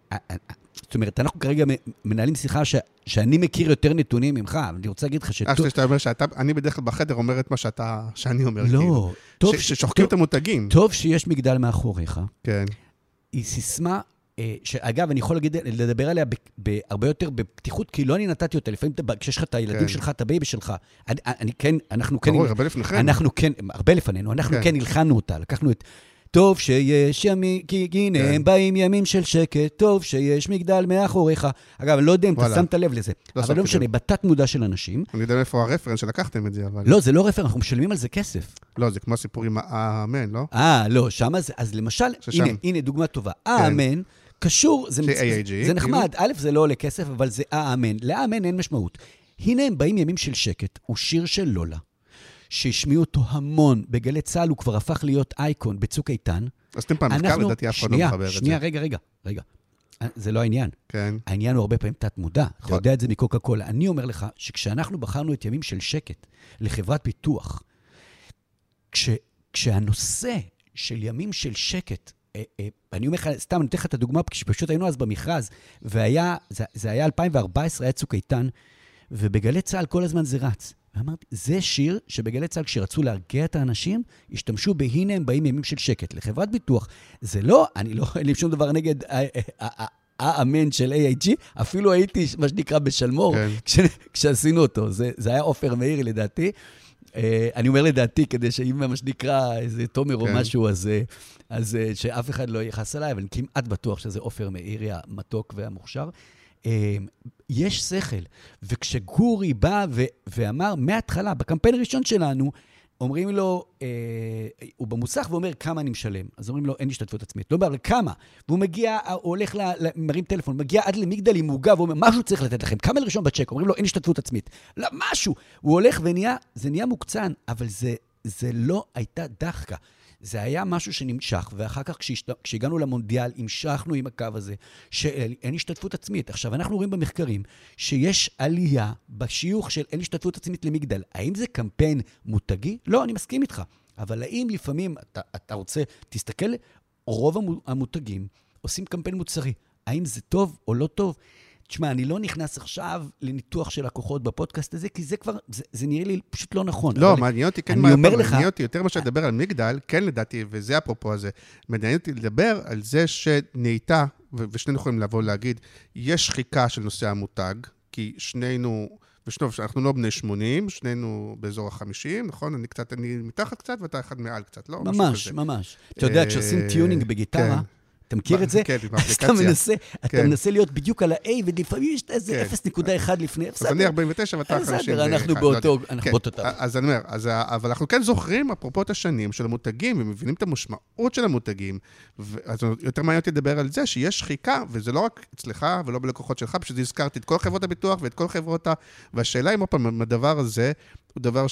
זאת אומרת, אנחנו כרגע מנהלים שיחה שאני מכיר יותר נתונים ממך, אני רוצה להגיד לך שאתה אומר שאני בדרך כלל בחדר אומר את מה שאני אומר. לא. ששוחקים את המותגים. טוב שיש מגדל מאחוריך. כן. היא סיסמה, שאגב, אני יכול לדבר עליה הרבה יותר בפתיחות, כי לא אני נתתי אותה, לפעמים כשיש לך את הילדים שלך, את הבייבי שלך, אנחנו כן... הרבה לפניכם. הרבה לפנינו, אנחנו כן הלחנו אותה, לקחנו את טוב שיש ימים, כי הנה הם באים ימים של שקט, טוב שיש מגדל מאחוריך. אגב, לא יודע אם אתה שמת לב לזה, אבל לא משנה, בתת מודע של אנשים. אני יודע איפה הרפרנס שלקחתם את זה, אבל... לא, זה לא רפרנס, אנחנו משלמים על זה כסף. לא, זה כמו הסיפור עם האמן, לא? לא, שמה זה, אז למשל, הנה דוגמה טובה. האמן, קשור, זה נחמד, א', זה לא עולה כסף, אבל זה האמן. לאמן אין משמעות. הנה הם באים ימים של שקט, הוא שיר של לולה. שהשמיעו אותו המון, בגלי צהל הוא כבר הפך להיות אייקון בצוק איתן. אז אתם פעם מחקר לדעתי אף אחד לא מחבר את זה. שנייה, רגע. זה לא העניין. כן. העניין הוא הרבה פעמים תת מודע. אתה יודע את זה מקוקה קולה. אני אומר לך שכשאנחנו בחרנו את ימים של שקט לחברת פיתוח, כשהנושא של ימים של שקט, אני אומר לך, סתם אני אתן לך את הדוגמה, כשפשוט היינו אז במכרז, זה היה 2014, היה צוק איתן, ובגלי צהל כל הזמן זה רץ. ואמרתי, זה שיר שבגלי צהל, כשרצו להרגיע את האנשים, השתמשו בהנה הם באים ימים של שקט. לחברת ביטוח, זה לא, אין לי שום דבר נגד האמן של AIG, אפילו הייתי, מה שנקרא, בשלמור, כשעשינו אותו. זה היה עופר מאירי, לדעתי. אני אומר לדעתי, כדי שאם מה שנקרא איזה תומר או משהו, אז שאף אחד לא יחס עליי, אבל אני כמעט בטוח שזה עופר מאירי, המתוק והמוכשר. יש שכל, וכשגורי בא ואמר מההתחלה, בקמפיין הראשון שלנו, אומרים לו, הוא במוסך ואומר כמה אני משלם, אז אומרים לו אין השתתפות עצמית, לא אומר כמה, והוא מגיע, הוא הולך, מרים טלפון, מגיע עד למגדל עם מוגה, ואומר משהו צריך לתת לכם, כמה לראשון בצ'ק, אומרים לו אין השתתפות עצמית, לא, משהו, הוא הולך זה נהיה מוקצן, אבל זה לא הייתה דחקה, זה היה משהו שנמשך, ואחר כך כשהגענו למונדיאל, המשכנו עם הקו הזה, שאין השתתפות עצמית. עכשיו, אנחנו רואים במחקרים שיש עלייה בשיוך של אין השתתפות עצמית למגדל. האם זה קמפיין מותגי? לא, אני מסכים איתך. אבל האם לפעמים, אתה רוצה, תסתכל, רוב המותגים עושים קמפיין מוצרי. האם זה טוב או לא טוב? תשמע, אני לא נכנס עכשיו לניתוח של לקוחות בפודקאסט הזה, כי זה כבר, זה נראה לי פשוט לא נכון. לא, מעניין אותי, כן, מעניין אותי יותר מה שדבר על מגדל, כן לדעתי, וזה אפרופו הזה, מעניין אותי לדבר על זה שנהייתה, ושנינו יכולים לבוא להגיד, יש שחיקה של נושא המותג, כי שנינו, אנחנו לא בני 80, שנינו באזור ה-50, נכון? אני מתחת קצת, ואתה אחד מעל קצת, לא? ממש. אתה יודע, כשעושים טיונינג בגיטרה, אתה מכיר את זה? כן, אתה מנסה להיות בדיוק על ה-A, ולפעמים יש איזה 0.1 לפני. אז אני 49 ואתה 50. אנחנו באותו תו. אז אני אומר, אבל אנחנו כן זוכרים, אפרופו את השנים של המותגים, ומבינים את המשמעות של המותגים, אז יותר מעניין אותי לדבר על זה, שיש שחיקה, וזה לא רק אצלך ולא בלקוחות שלך, פשוט הזכרתי את כל חברות הביטוח ואת כל חברות והשאלה אם הדבר הזה הוא דבר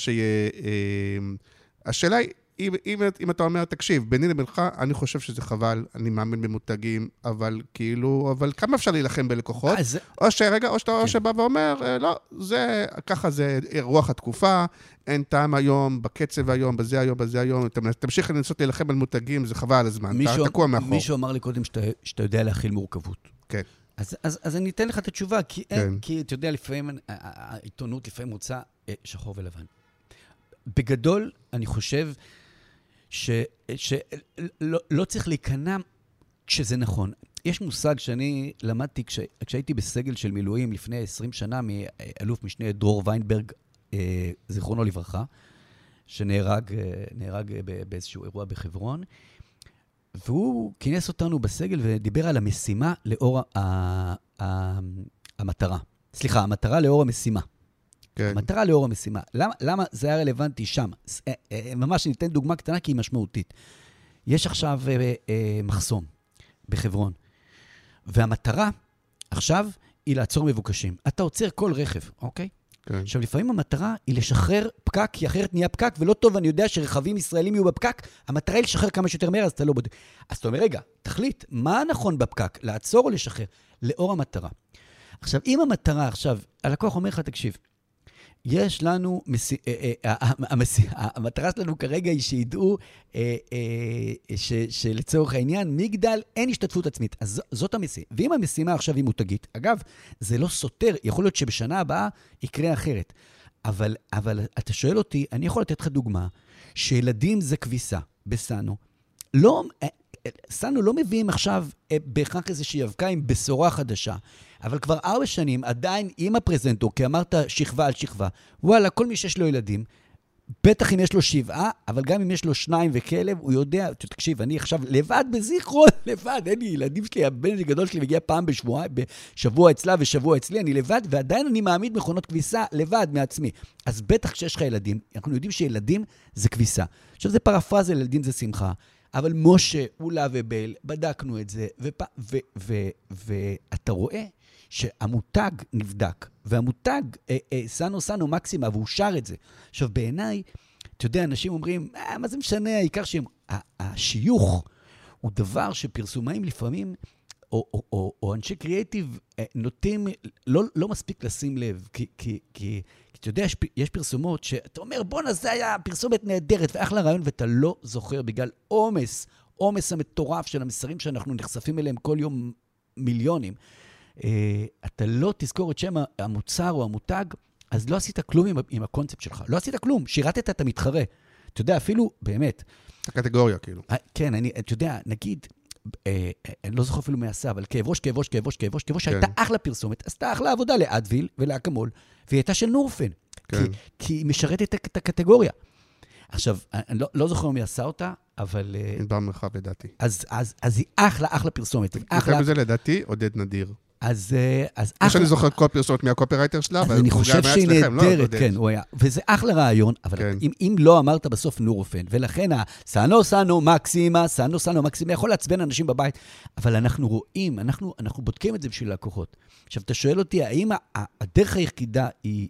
השאלה היא, אם אתה אומר, תקשיב, ביני לבינך, אני חושב שזה חבל, אני מאמין במותגים, אבל כמה אפשר להילחם בלקוחות? או שבא ואומר, לא, ככה זה רוח התקופה, אין טעם היום, בקצב היום, בזה היום, תמשיך לנסות להילחם על מותגים, זה חבל על הזמן, אתה תקוע מאחור. מישהו אמר לי קודם שאתה יודע להכיל מורכבות. כן. אז אני אתן לך את התשובה, כי אתה יודע, לפעמים, העיתונות לפעמים רוצה שחור ולבן. בגדול, אני חושב שלא צריך להיכנע כשזה נכון. יש מושג שאני למדתי כשהייתי בסגל של מילואים לפני 20 שנה מאלוף משנה דרור ויינברג, זיכרונו לברכה, שנהרג באיזשהו אירוע בחברון, והוא כינס אותנו בסגל ודיבר על המשימה לאור המטרה. סליחה, המטרה לאור המשימה. כן. המטרה לאור המשימה. למה זה היה רלוונטי שם? ממש ניתן דוגמה קטנה כי היא משמעותית. יש עכשיו מחסום בחברון, והמטרה עכשיו היא לעצור מבוקשים. אתה עוצר כל רכב, אוקיי? כן. עכשיו, לפעמים המטרה היא לשחרר פקק, כי אחרת נהיה פקק, ולא טוב, אני יודע שרכבים ישראלים יהיו בפקק, המטרה היא לשחרר כמה שיותר מהר, אז אתה לא בודק. אז אתה אומר, רגע, תחליט, מה נכון בפקק? לעצור או לשחרר? לאור המטרה. עכשיו, אם המטרה עכשיו, הלקוח אומר לך, תקשיב, יש לנו, המטרה שלנו כרגע היא שידעו שלצורך העניין, מגדל אין השתתפות עצמית. אז זאת המשימה. ואם המשימה עכשיו היא מותגית, אגב, זה לא סותר, יכול להיות שבשנה הבאה יקרה אחרת. אבל אתה שואל אותי, אני יכול לתת לך דוגמה, שילדים זה כביסה בסנו. סנו לא מביאים עכשיו בהכרח איזושהי אבקה עם בשורה חדשה, אבל כבר 4 שנים עדיין עם הפרזנטור, כי אמרת שכבה על שכבה, וואלה, כל מי שיש לו ילדים, בטח אם יש לו 7, אבל גם אם יש לו 2 וכלב, הוא יודע, תקשיב, אני עכשיו לבד בזיכרון, לבד, אין לי ילדים שלי, הבן הגדול שלי מגיע פעם בשבוע אצלה ושבוע אצלי, אני לבד, ועדיין אני מעמיד מכונות כביסה לבד מעצמי. אז בטח כשיש לך ילדים, אנחנו יודעים שילדים זה כביסה. עכשיו זה פרפרזה, לילדים זה שמחה, אבל משה, אולה ובל, בדקנו את זה, ואתה רואה שהמותג נבדק, והמותג סנו מקסימה, והוא שר את זה. עכשיו, בעיניי, אתה יודע, אנשים אומרים, מה זה משנה, העיקר שהשיוך הוא דבר שפרסומאים לפעמים, או אנשי קריאטיב, נוטים לא מספיק לשים לב, כי אתה יודע, יש פרסומות שאתה אומר, בונה, זה היה פרסומת נהדרת, ואחלה רעיון, ואתה לא זוכר בגלל עומס המטורף של המסרים שאנחנו נחשפים אליהם כל יום מיליונים. אתה לא תזכור את שם המוצר או המותג, אז לא עשית כלום עם הקונספט שלך. לא עשית כלום, שירתת את המתחרה. אתה יודע, אפילו, באמת. הקטגוריה, כאילו. כן, אתה יודע, נגיד, אני לא זוכר אפילו מעשה, אבל כאב ראש, שהייתה אחלה פרסומת, עשתה אחלה עבודה לאדוויל ולאקמול, והיא הייתה של נורפן, כי היא משרתת את הקטגוריה. עכשיו, אני לא זוכר מי עשה אותה, אבל... מדבר מרחב, לדעתי. אז היא אחלה פרסומת. יותר מזה, לדעתי, עודד נדיר. אז אחלה... שאני זוכר כל פרסומת מהקופרייטר שלה, אז אני חושב שהיא נהדרת, כן, הוא היה. וזה אחלה רעיון, אבל אם לא אמרת בסוף נורפן, ולכן סנו מקסימה יכול לעצבן אנשים בבית, אבל אנחנו רואים, אנחנו בודקים את זה בשביל לקוחות. עכשיו, אתה שואל אותי, האם הדרך היחידה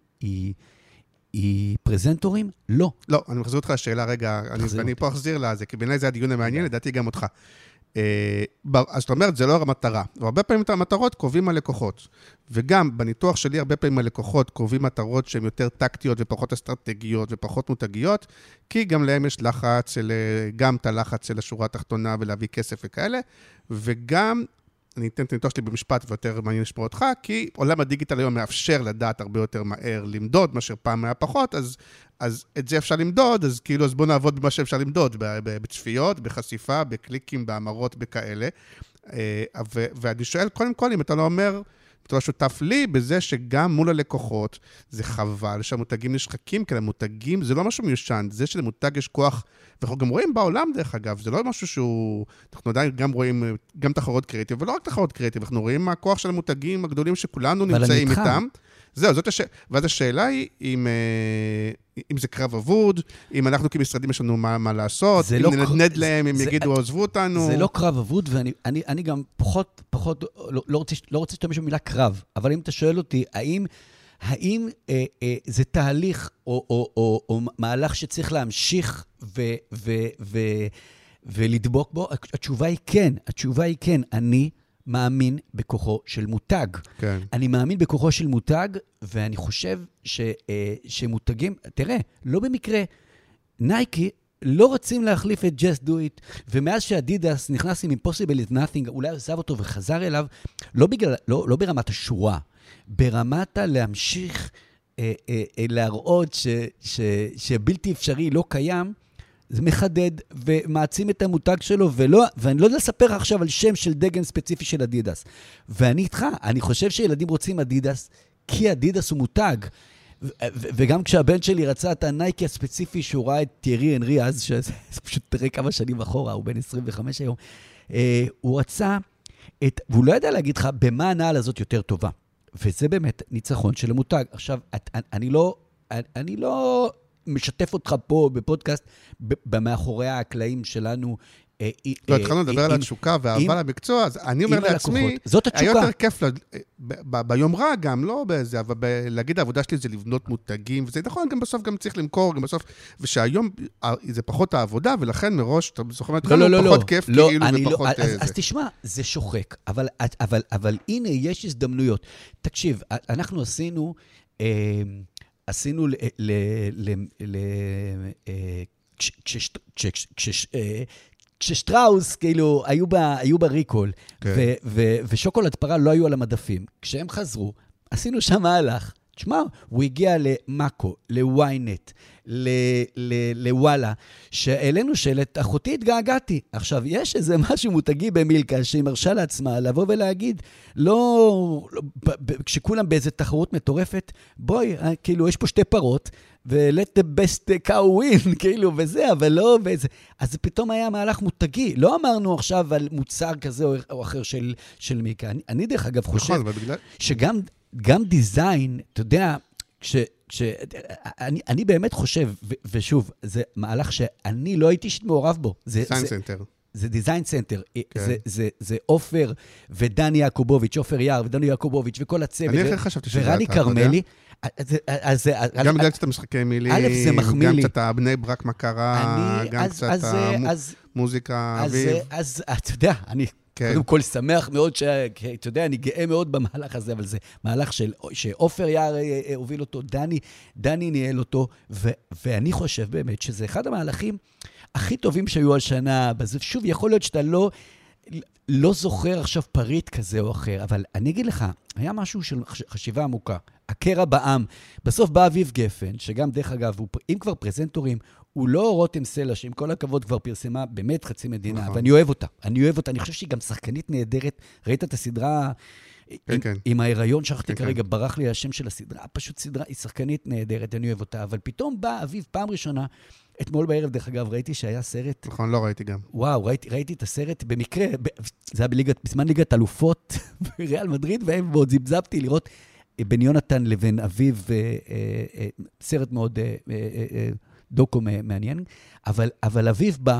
היא פרזנטורים? לא. לא, אני מחזיר אותך לשאלה, רגע, אני פה אחזיר לה, כי בעיניי זה הדיון המעניין, לדעתי גם אותך. אז זאת אומרת, זה לא המטרה. והרבה פעמים את המטרות קובעים הלקוחות. וגם בניתוח שלי, הרבה פעמים הלקוחות קובעים מטרות שהן יותר טקטיות ופחות אסטרטגיות ופחות מותגיות, כי גם להם יש לחץ, גם את הלחץ של השורה התחתונה ולהביא כסף וכאלה, וגם, אני אתן את הניתוח שלי במשפט ויותר מעניין לשמוע אותך, כי עולם הדיגיטל היום מאפשר לדעת הרבה יותר מהר למדוד, מאשר פעם היה פחות, אז את זה אפשר למדוד, אז כאילו, אז בוא נעבוד במה שאפשר למדוד, בצפיות, בחשיפה, בקליקים, באמרות, בכאלה. ואני שואל, קודם כל, אם אתה לא אומר, אתה לא שותף לי בזה שגם מול הלקוחות, זה חבל שהמותגים נשחקים, כי המותגים זה לא משהו מיושן, זה שלמותג יש כוח, ואנחנו גם רואים בעולם דרך אגב, זה לא משהו שהוא, אנחנו עדיין גם רואים, גם תחרות קריאטיב, ולא רק תחרות קריאטיב, אנחנו רואים מה הכוח של המותגים הגדולים שכולנו נמצאים איתם. זהו, ואז השאלה היא, אם זה קרב אבוד, אם אנחנו כמשרדים יש לנו מה לעשות, אם ננדנד להם, אם יגידו, עוזבו אותנו. זה לא קרב אבוד, ואני גם פחות, לא רוצה להשתמש במילה קרב, אבל אם אתה שואל אותי, האם זה תהליך או מהלך שצריך להמשיך ולדבוק בו? התשובה היא כן. אני מאמין בכוחו של מותג. כן. אני מאמין בכוחו של מותג, ואני חושב שמותגים, תראה, לא במקרה, נייקי לא רוצים להחליף את Just Do It, ומאז שאדידס נכנס עם Impossible is Nothing, אולי עזב אותו וחזר אליו, לא ברמת השורה, ברמת להמשיך להראות שבלתי אפשרי לא קיים, זה מחדד ומעצים את המותג שלו, ואני לא יודע לספר עכשיו על שם של דגן ספציפי של אדידס. ואני איתך, אני חושב שילדים רוצים אדידס, כי אדידס הוא מותג. וגם כשהבן שלי רצה את הנייקי הספציפי, שהוא ראה את תיארי הנרי אז, שזה פשוט תראה כמה שנים אחורה, הוא בן 25 היום, הוא רצה, והוא לא ידע להגיד לך במה הנעל הזאת יותר טובה. וזה באמת ניצחון של המותג. עכשיו, אני לא משתף אותך פה בפודקאסט, במאחורי הקלעים שלנו. לא, התחלנו לדבר על התשוקה והאהבה למקצוע, אז אני אומר לעצמי, זאת התשוקה. היה יותר כיף, ביומרה גם, לא בזה, אבל להגיד העבודה שלי זה לבנות מותגים, וזה נכון, גם בסוף גם צריך למכור, גם בסוף, ושהיום זה פחות העבודה, ולכן מראש, אתה זוכר, פחות כיף, כאילו, ופחות... אז תשמע, זה שוחק, אבל הנה, יש הזדמנויות. תקשיב, אנחנו עשינו כששטראוס, כאילו, היו בריקול, ושוקולד פרה לא היו על המדפים. כשהם חזרו, עשינו שם מהלך. תשמע, הוא הגיע למאקו, לוויינט, לוואלה, שהעלינו שלט, אחותי התגעגעתי. עכשיו, יש איזה משהו מותגי במילקה, שהיא מרשה לעצמה לבוא ולהגיד, לא, כשכולם באיזו תחרות מטורפת, בואי, כאילו, יש פה שתי פרות, ו-let the best cow win, כאילו, וזה, אבל לא, וזה. אז זה פתאום היה מהלך מותגי. לא אמרנו עכשיו על מוצר כזה או אחר של מיקה. אני דרך אגב חושב, שגם דיזיין, אתה יודע, אני באמת חושב, ושוב, זה מהלך שאני לא הייתי מעורב בו. דיזיין סנטר. זה דיזיין סנטר. זה אופר ודני יעקובוביץ', אופר יער ודני יעקובוביץ' וכל הצוות. אני אחרי חשבתי שזה ורני קרמלי. גם בגלל קצת המשחקי מילים, גם קצת הבני ברק מכרה, גם קצת המוזיקה אביב. אז אתה יודע, אני קודם כל שמח מאוד, אתה יודע, אני גאה מאוד במהלך הזה, אבל זה מהלך שאופר יער הוביל אותו, דני ניהל אותו, ואני חושב באמת שזה אחד המהלכים הכי טובים שהיו השנה, שוב, יכול להיות שאתה לא זוכר עכשיו פריט כזה או אחר, אבל אני אגיד לך, היה משהו של חשיבה עמוקה, הקרע בעם, בסוף בא אביב גפן, שגם דרך אגב, אם כבר פרזנטורים, הוא לא רותם סלע, שעם כל הכבוד כבר פרסמה באמת חצי מדינה, ואני אוהב אותה, אני חושב שהיא גם שחקנית נהדרת, ראית את הסדרה עם ההיריון, שכחתי כרגע, ברח לי השם של הסדרה, פשוט סדרה, היא שחקניה נהדרת, אני אוהב אותה, אבל פתאום בא אביב פעם ראשונה, אתמול בערב, דרך אגב, ראיתי שהיה סרט... נכון, לא ראיתי גם. וואו, ראיתי את הסרט, במקרה, זה היה בזמן ליגת אלופות בריאל מדריד, והם מאוד זיבזבתי לראות בין יונתן לבין אביו, סרט מאוד דוקו מעניין, אבל אביו בא,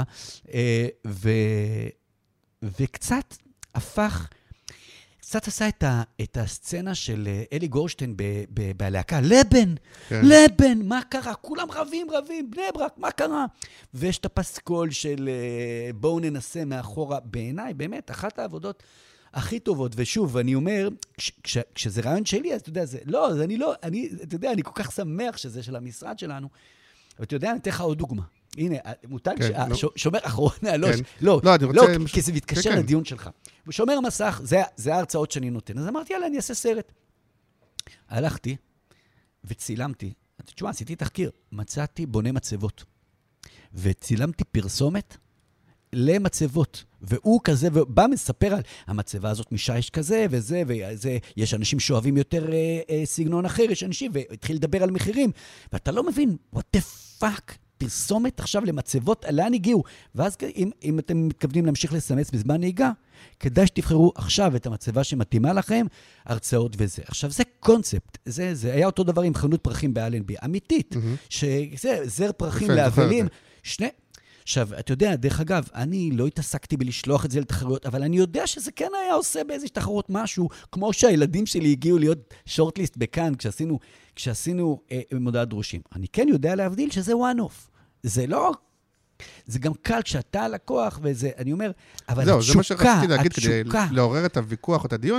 וקצת הפך... קצת עשה את הסצנה של אלי גורשטיין בלהקה, לבן, מה קרה? כולם רבים, בני ברק, מה קרה? ויש את הפסקול של בואו ננסה מאחורה, בעיניי, באמת, אחת העבודות הכי טובות, ושוב, אני אומר, כשזה רעיון שלי, אז אתה יודע, אתה יודע, אני כל כך שמח שזה של המשרד שלנו, ואתה יודע, אני אתן לך עוד דוגמה. הנה, מותג שומר אחרון, לא, כי זה מתקשר לדיון שלך. שומר מסך, זה ההרצאות שאני נותן. אז אמרתי, יאללה, אני אעשה סרט. הלכתי וצילמתי. תשמע, עשיתי תחקיר. מצאתי בונה מצבות. וצילמתי פרסומת למצבות. והוא כזה, ובא מספר על המצבה הזאת משייש כזה, וזה, יש אנשים שאוהבים יותר סגנון אחר, יש אנשים, והתחיל לדבר על מחירים. ואתה לא מבין, what the fuck? פרסומת עכשיו למצבות, לאן הגיעו? ואז אם אתם מתכוונים להמשיך לסמס בזמן נהיגה, כדאי שתבחרו עכשיו את המצבה שמתאימה לכם, הרצאות וזה. עכשיו, זה קונספט. זה היה אותו דבר עם חנות פרחים באלנבי, אמיתית, שזה זר פרחים להבלים. עכשיו, אתה יודע, דרך אגב, אני לא התעסקתי בלשלוח את זה לתחרויות, אבל אני יודע שזה כן היה עושה באיזו תחרות משהו, כמו שהילדים שלי הגיעו להיות שורטליסט בכאן, כשעשינו מודעת דרושים. אני כן יודע להבדיל שזה one-off. זה לא... זה גם קל כשאתה לקוח, וזה, אני אומר, אבל התשוקה, זה מה שרציתי להגיד, כדי לעורר את הוויכוח או את הדיון,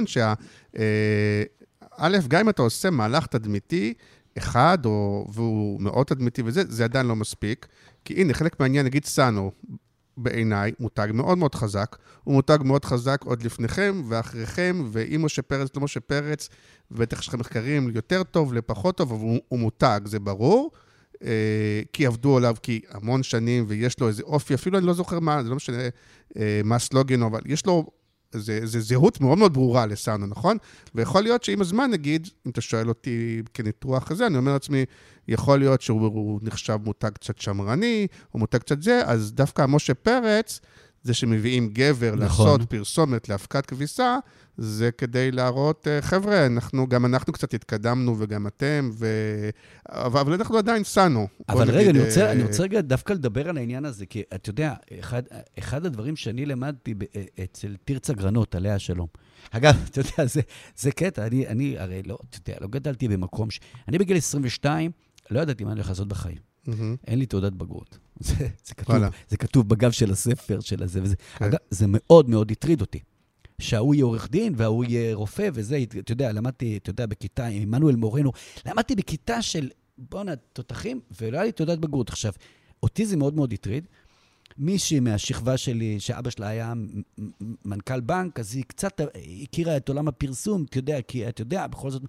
א', גם אם אתה עושה מהלך תדמיתי אחד, והוא מאוד תדמיתי וזה, זה עדיין לא מספיק, כי הנה, חלק מהעניין, נגיד סאנו, בעיניי, מותג מאוד מאוד חזק, הוא מותג מאוד חזק עוד לפניכם ואחריכם, ואם משה פרץ, לא משה פרץ, ובטח יש לכם מחקרים יותר טוב, לפחות טוב, אבל הוא מותג, זה ברור, כי עבדו עליו, כי המון שנים, ויש לו איזה אופי, אפילו אני לא זוכר מה, זה לא משנה מה הסלוגן, אבל יש לו זה זהות מאוד מאוד ברורה לסאנו, נכון? ויכול להיות שעם הזמן, נגיד, אם אתה שואל אותי כניתוח כזה, אני אומר לעצמי, יכול להיות שהוא נחשב מותג קצת שמרני, או מותג קצת זה, אז דווקא משה פרץ, זה שמביאים גבר לעשות פרסומת להפקת כביסה, זה כדי להראות, חבר'ה, גם אנחנו קצת התקדמנו, וגם אתם, אבל אנחנו עדיין סאנו. אבל רגע, אני רוצה רגע דווקא לדבר על העניין הזה, כי אתה יודע, אחד הדברים שאני למדתי אצל תרצה גרנות, עליה שלום. אגב, אתה יודע, זה קטע, אני הרי לא, אתה יודע, לא גדלתי במקום אני בגיל 22, לא ידעתי מה אני הולך לעשות בחיים. אין לי תעודת בגרות. זה כתוב בגב של הספר של הזה, וזה. אגב, זה מאוד מאוד הטריד אותי. שהוא יהיה עורך דין, והוא יהיה רופא, וזה, אתה יודע, למדתי, אתה יודע, בכיתה, עם עמנואל מורנו, למדתי בכיתה של, בוא'נה, תותחים, ולא היה לי תעודת בגרות. עכשיו, אותי זה מאוד מאוד הטריד. מישהי מהשכבה שלי, שאבא שלה היה מנכ"ל בנק, אז היא קצת הכירה את עולם הפרסום, אתה יודע, כי אתה יודע, בכל זאת,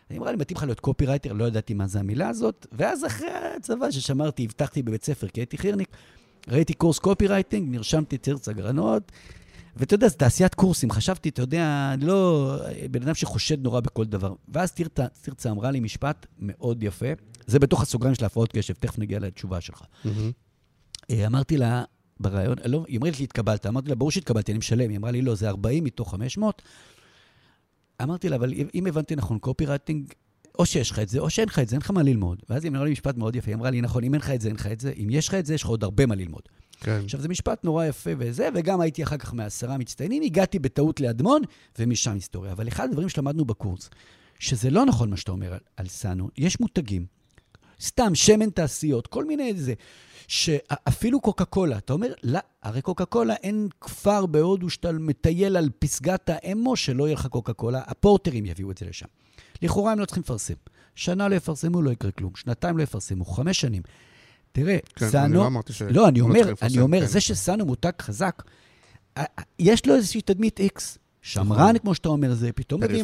היא אמרה לי, מתאים לך להיות קופירייטר, לא ידעתי מה זה המילה הזאת, ואז אחרי הצבא ששמרתי, הבטחתי בבית ספר, כי הייתי חירניק, ראיתי קורס קופירייטינג, נרשמתי תרץ אגרנות, ואתה יודע, זה תעשיית קורסים, חשבתי, אתה יודע, לא, בן אדם שחושד נורא בכל דבר. ואז תרצה אמרה לי משפט מאוד יפה, זה בתוך הסוגריים של ההפרעות קשב, תכף נגיע לתשובה שלך. אמרתי לה, ברעיון, לא, היא אמרה לי שהתקבלת, אמרתי לה, ברור שהתקבלתי, אני משלם, היא אמרה לי, לא, זה 40 מתוך 500. אמרתי לה, אבל אם הבנתי נכון, קופירייטינג, או שיש לך את זה, או שאין לך את זה, אין לך מה ללמוד. ואז היא אמרה לי משפט מאוד יפה, היא אמרה לי, נכון, אם אין לך את זה, אין לך את זה, אם יש לך את זה, יש לך עוד הרבה מה ללמוד. כן. עכשיו, זה משפט נורא יפה וזה, וגם הייתי אחר כך מ10 מצטיינים, הגעתי בטעות לאדמון, ומשם היסטוריה. אבל אחד הדברים שלמדנו בקורס, שזה לא נכון מה שאתה אומר על סאנו, יש מותגים, סתם שמן תעשיות, כל מיני זה, שאפילו קוקה קולה, אתה אומר, לא, הרי קוקה קולה אין כפר בהודו שאתה מטייל על פסגת האמו שלא יהיה לך קוקה קולה, הפורטרים יביאו את זה לשם. לכאורה הם לא צריכים לפרסם. שנה לא יפרסמו, לא יקרה כלום. 2 לא יפרסמו, 5 שנים. תראה, סאנו... לא, אני אומר, זה שסאנו מותג חזק, יש לו איזושהי תדמית איקס. שמרן, כמו שאתה אומר, זה פתאום מביא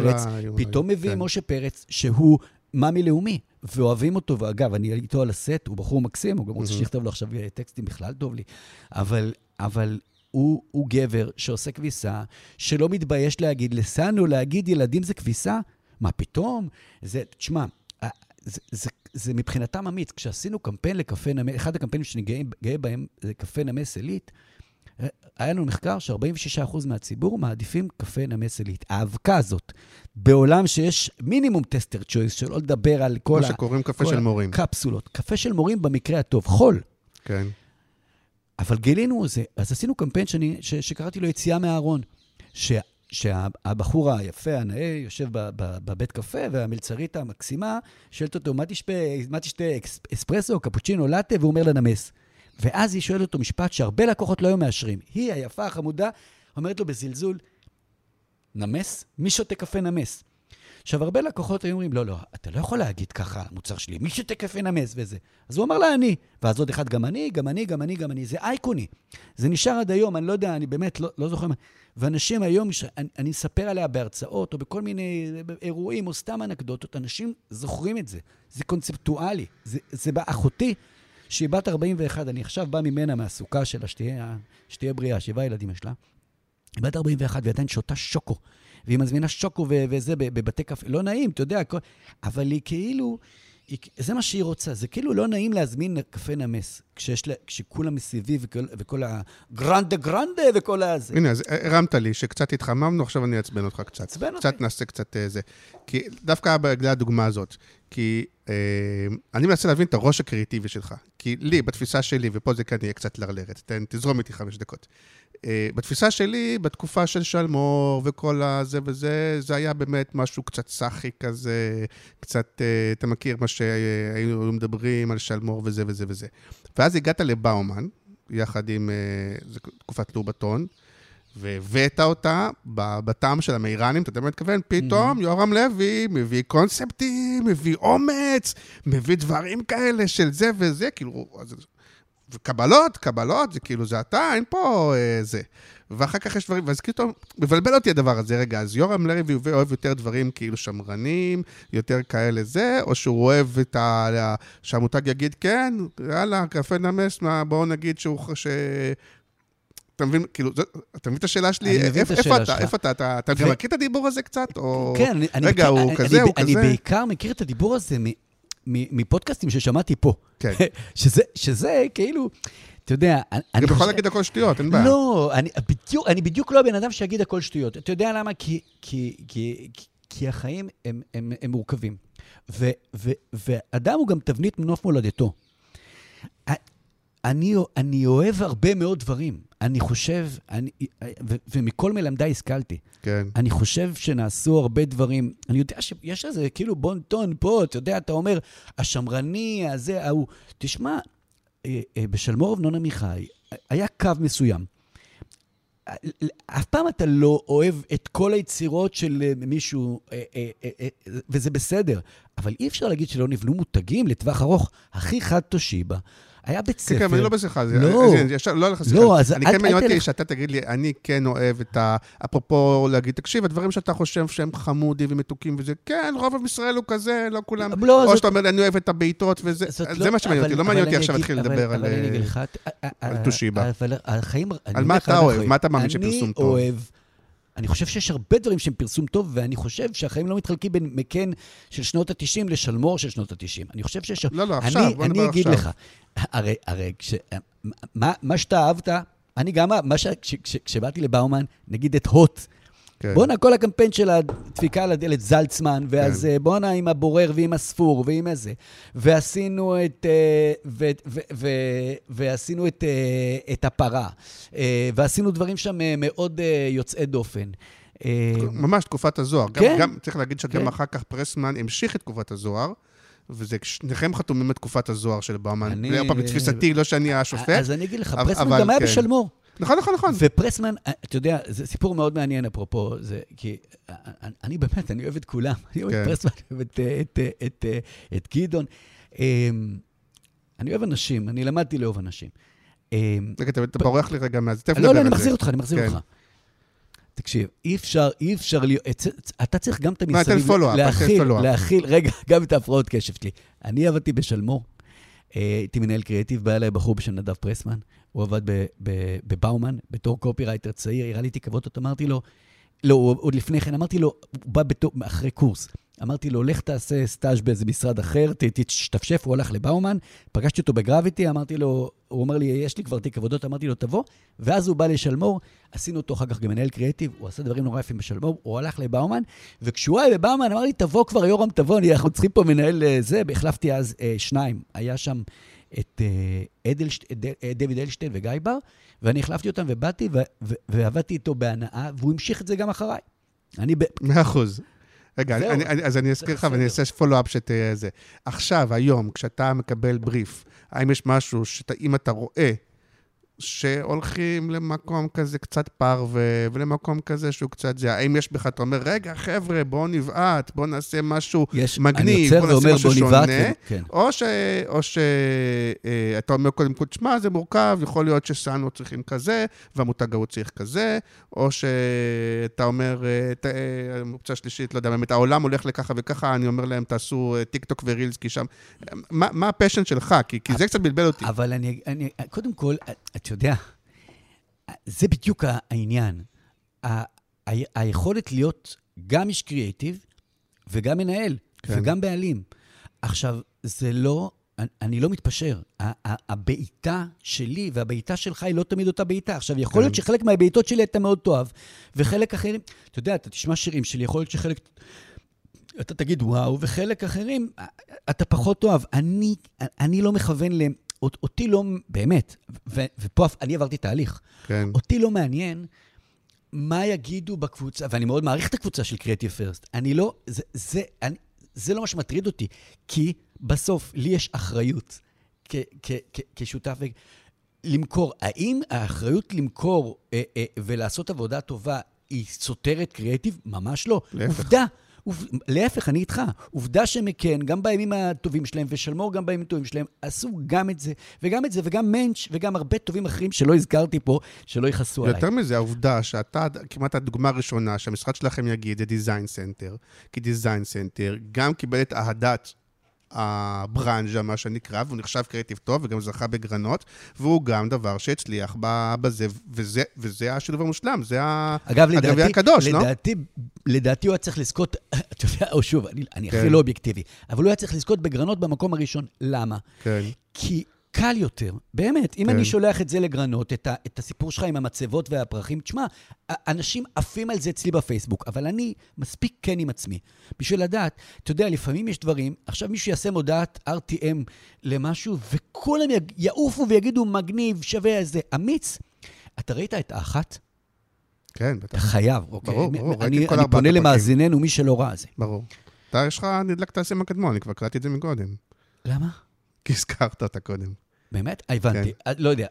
משה פרץ, שהוא מאמי לאומי, ואוהבים אותו, ואגב, אני איתו על הסט, הוא בחור מקסים, הוא גם רוצה שיכתוב לו עכשיו טקסטים בכלל טוב לי, אבל הוא גבר שעושה כביסה, שלא מתבייש להגיד לסאנו, להגיד ילדים זה כביסה, מה פתאום? תשמע, זה מבחינתם אמיץ. כשעשינו קמפיין לקפה נמס, אחד הקמפיינים שאני גאה בהם, זה קפה נמס אלית, היה לנו מחקר ש46% מהציבור מעדיפים קפה נמס אלית. האבקה הזאת, בעולם שיש מינימום טסטר צ'ויס, שלא לדבר על כל מה שקוראים קפה של מורים. קפסולות. קפה של מורים במקרה הטוב, חול. כן. אבל גילינו זה, אז עשינו קמפיין שקראתי לו יציאה מהארון, שהבחור היפה, הנאה, יושב בבית קפה, והמלצרית המקסימה, שואלת אותו, מה תשתה אספרסו, קפוצ'ינו, לטה, והוא אומר לנמס. ואז היא שואלת אותו משפט שהרבה לקוחות לא היו מאשרים. היא, היפה, החמודה, אומרת לו בזלזול, נמס? מי שותה קפה נמס? עכשיו, הרבה לקוחות היו אומרים, לא, אתה לא יכול להגיד ככה על המוצר שלי, מי שותה קפה נמס וזה. אז הוא אמר לה, אני. ואז עוד אחד, גם אני. זה אייקוני. זה נשאר עד היום, אני לא יודע, אני באמת לא זוכר מה. ואנשים היום, אני אספר עליה בהרצאות, או בכל מיני אירועים, או סתם אנקדוטות, אנשים זוכרים את זה. זה קונספטואלי. זה באחותי, שהיא בת 41, אני עכשיו בא ממנה מהסוכה שלה, שתהיה בריאה, 7 ילדים יש לה. היא בת 41, ועדיין שותה שוקו. והיא מזמינה שוקו וזה בבתי קפה. לא נעים, אתה יודע, אבל היא כאילו, זה מה שהיא רוצה. זה כאילו לא נעים להזמין קפה נמס, כשכולם מסביב וכל הגרנדה וכל הזה. הנה, אז הרמת לי שקצת התחממנו, עכשיו אני אעצבן אותך קצת. קצת נעשה קצת זה. כי דווקא בגלל הדוגמה הזאת, כי אני מנסה להבין את הראש הקריאטיבי שלך. כי לי, בתפיסה שלי, ופה זה כאן יהיה קצת לרלרת, תזרום איתי 5 דקות. בתפיסה שלי, בתקופה של שלמור וכל הזה וזה, זה היה באמת משהו קצת סחי כזה, קצת, אתה מכיר מה שהיינו מדברים על שלמור וזה וזה וזה. ואז הגעת לבאומן, יחד עם תקופת לובטון, והבאת אותה בטעם של המאיראנים, אתה מתכוון, פתאום יורם לוי מביא קונספטים, מביא אומץ, מביא דברים כאלה של זה וזה, כאילו, קבלות, זה כאילו, זה אתה, אין פה זה. ואחר כך יש דברים, ואז כאילו, מבלבל אותי הדבר הזה, רגע, אז יורם לוי אוהב יותר דברים כאילו שמרנים, יותר כאלה זה, או שהוא אוהב שהמותג יגיד, כן, יאללה, קפה נמס, בואו נגיד אתה מבין, כאילו, אתה מבין את השאלה שלי? איפה אתה? אתה גם מכיר את הדיבור הזה קצת? כן, רגע, הוא כזה, הוא כזה? אני בעיקר מכיר את הדיבור הזה מפודקאסטים ששמעתי פה. כן. שזה כאילו, אתה יודע... אני יכול להגיד הכל שטויות, אין בעיה. לא, אני בדיוק לא הבן אדם שיגיד הכל שטויות. אתה יודע למה? כי החיים הם מורכבים. ואדם הוא גם תבנית מנוף מולדתו. אני אוהב הרבה מאוד דברים. אני חושב, ומכל מלמדי השכלתי. כן. אני חושב שנעשו הרבה דברים. אני יודע שיש איזה כאילו בון טון פה, אתה יודע, אתה אומר, השמרני הזה, ההוא. תשמע, בשלמור אבנון עמיחי, היה קו מסוים. אף פעם אתה לא אוהב את כל היצירות של מישהו, וזה בסדר. אבל אי אפשר להגיד שלא נבנו מותגים לטווח ארוך. הכי חד תושיבה. היה בית ספר. כן, אני לא בשיחה, לא הולך לשיחה. אני כן מעניין אותי שאתה תגיד לי, אני כן אוהב את אפרופו להגיד, תקשיב, הדברים שאתה חושב שהם חמודים ומתוקים וזה, כן, רוב עם ישראל הוא כזה, לא כולם. או שאתה אומר, אני אוהב את הבעיטות וזה, זה מה שמעניין אותי, לא מעניין אותי עכשיו להתחיל לדבר על תושיבה. על מה אתה אוהב? מה אתה מאמין שפרסום טוב? אני חושב שיש הרבה דברים שהם פרסום טוב, ואני חושב שהחיים לא מתחלקים בין מקן של שנות ה-90 לשלמור של שנות ה-90. אני חושב שיש... לא, עכשיו, בוא נדבר עכשיו. אני אגיד לך, הרי, מה שאתה אהבת, אני גם, כשבאתי לבאומן, נגיד את הוט, בוא'נה, כל הקמפיין של הדפיקה על הדלת זלצמן, ואז בוא'נה עם הבורר ועם הספור ועם איזה, ועשינו את הפרה, ועשינו דברים שם מאוד יוצאי דופן. ממש תקופת הזוהר. גם צריך להגיד שגם אחר כך פרסמן המשיך את תקופת הזוהר, וזה שניכם חתומים את תקופת הזוהר של באומן. בתפיסתי, לא שאני השופט. אז אני אגיד לך, פרסמן גם היה בשלמור. נכון. ופרסמן, אתה יודע, זה סיפור מאוד מעניין אפרופו, כי אני באמת, אני אוהב את כולם. אני אוהב את פרסמן, אני אוהב את גדעון. אני אוהב אנשים, אני למדתי לאהוב אנשים. רגע, אתה בורח לי רגע מהזה. לא, אני מחזיר אותך. תקשיב, אי אפשר להיות, אתה צריך גם את המסביב להכיל, רגע, גם את ההפרעות קשב שלי. אני עבדתי בשלמור, הייתי מנהל קריאטיב, בא אליי בחור בשם נדב פרסמן, הוא עבד בבאומן, בתור קופירייטר צעיר, הראה לי תקוות, אמרתי לו, לא, עוד לפני כן, אמרתי לו, הוא בא אחרי קורס, אמרתי לו, לך תעשה סטאז' באיזה משרד אחר, תשתפשף, הוא הלך לבאומן, פגשתי אותו בגרביטי, אמרתי לו, הוא אומר לי, יש לי כבר תיק עבודות, אמרתי לו, תבוא, ואז הוא בא לשלמור, עשינו אותו אחר כך גם מנהל קריאטיב, הוא עשה דברים נורא יפים בשלמור, הוא הלך לבאומן, וכשהוא היה בבאומן, אמר לי, תבוא כבר, יורם, תבוא, אנחנו צריכים פה מנהל זה, החלפתי אז שניים, היה שם את דויד אלשטיין וגיא בר, ואני החלפתי אותם ובאתי, ועבדתי איתו בהנאה, והוא המשיך את זה גם אחריי. 100%. רגע, אז אני אזכיר לך ואני אעשה פולו-אפ שתהיה זה. עכשיו, היום, כשאתה מקבל בריף, האם יש משהו שאם אתה רואה שהולכים למקום כזה קצת פרווה, ולמקום כזה שהוא קצת זה, האם יש בך, אתה אומר, רגע, חבר'ה, בואו נבעט, בואו נעשה משהו מגניב, בואו נעשה משהו שונה, או שאתה אומר קודם כל, תשמע, זה מורכב, יכול להיות שסנו צריכים כזה, והמותג הוא צריך כזה, או שאתה אומר, אופציה שלישית, לא יודע, באמת, העולם הולך לככה וככה, אני אומר להם, תעשו טיק טוק ורילס, כי שם, מה הפשן שלך? כי זה קצת בלבל אותי. אבל אני קודם כל, אתה יודע, זה בדיוק העניין. היכולת להיות גם איש קריאטיב, וגם מנהל, וגם בעלים. עכשיו, זה לא, אני לא מתפשר. הבעיטה שלי והבעיטה שלך היא לא תמיד אותה בעיטה. עכשיו, יכול להיות שחלק מהבעיטות שלי אתה מאוד תאהב, וחלק אחרים, אתה יודע, אתה תשמע שירים שלי, יכול להיות שחלק, אתה תגיד וואו, וחלק אחרים, אתה פחות תאהב. אני לא מכוון אותי לא, באמת, ופה אני עברתי תהליך, אותי לא מעניין מה יגידו בקבוצה, ואני מאוד מעריך את הקבוצה של Creative First, זה לא מה שמטריד אותי, כי בסוף לי יש אחריות כשותף למכור. האם האחריות למכור ולעשות עבודה טובה היא סותרת קריאטיב? ממש לא. עובדה. להפך, אני איתך. עובדה שמכן, גם בימים הטובים שלהם, ושלמור גם בימים הטובים שלהם, עשו גם את זה, וגם את זה, וגם מנץ', וגם הרבה טובים אחרים שלא הזכרתי פה, שלא יכעסו עליי. יותר מזה, העובדה שאתה, כמעט הדוגמה הראשונה, שהמשרד שלכם יגיד, זה דיזיין סנטר, כי דיזיין סנטר גם קיבל את אהדת הברנז'ה, מה שנקרא, והוא נחשב קריאטיב טוב, וגם זכה בגרנות, והוא גם דבר שהצליח בזה, וזה השילוב המושלם, זה הגביע הקדוש, לא? לדעתי הוא היה צריך לזכות, אתה יודע, או שוב, אני הכי לא אובייקטיבי, אבל הוא היה צריך לזכות בגרנות במקום הראשון. למה? כי קל יותר, באמת, אם אני שולח את זה לגרנות, את הסיפור שלך עם המצבות והפרחים, תשמע, אנשים עפים על זה אצלי בפייסבוק, אבל אני מספיק כן עם עצמי. בשביל לדעת, אתה יודע, לפעמים יש דברים, עכשיו מישהו יעשה מודעת RTM למשהו, וכולם יעופו ויגידו מגניב, שווה איזה אמיץ. אתה ראית את האחת? כן, בטח. אתה חייב, אוקיי? ברור. אני פונה למאזיננו, מי שלא ראה זה. ברור. יש לך נדלק תעשים הקדמון, אני כבר קראתי את זה מקודם. למה? כי הזכרת אותה קודם. באמת? הבנתי. לא יודע,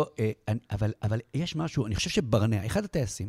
אבל יש משהו, אני חושב שברנע, אחד הטייסים,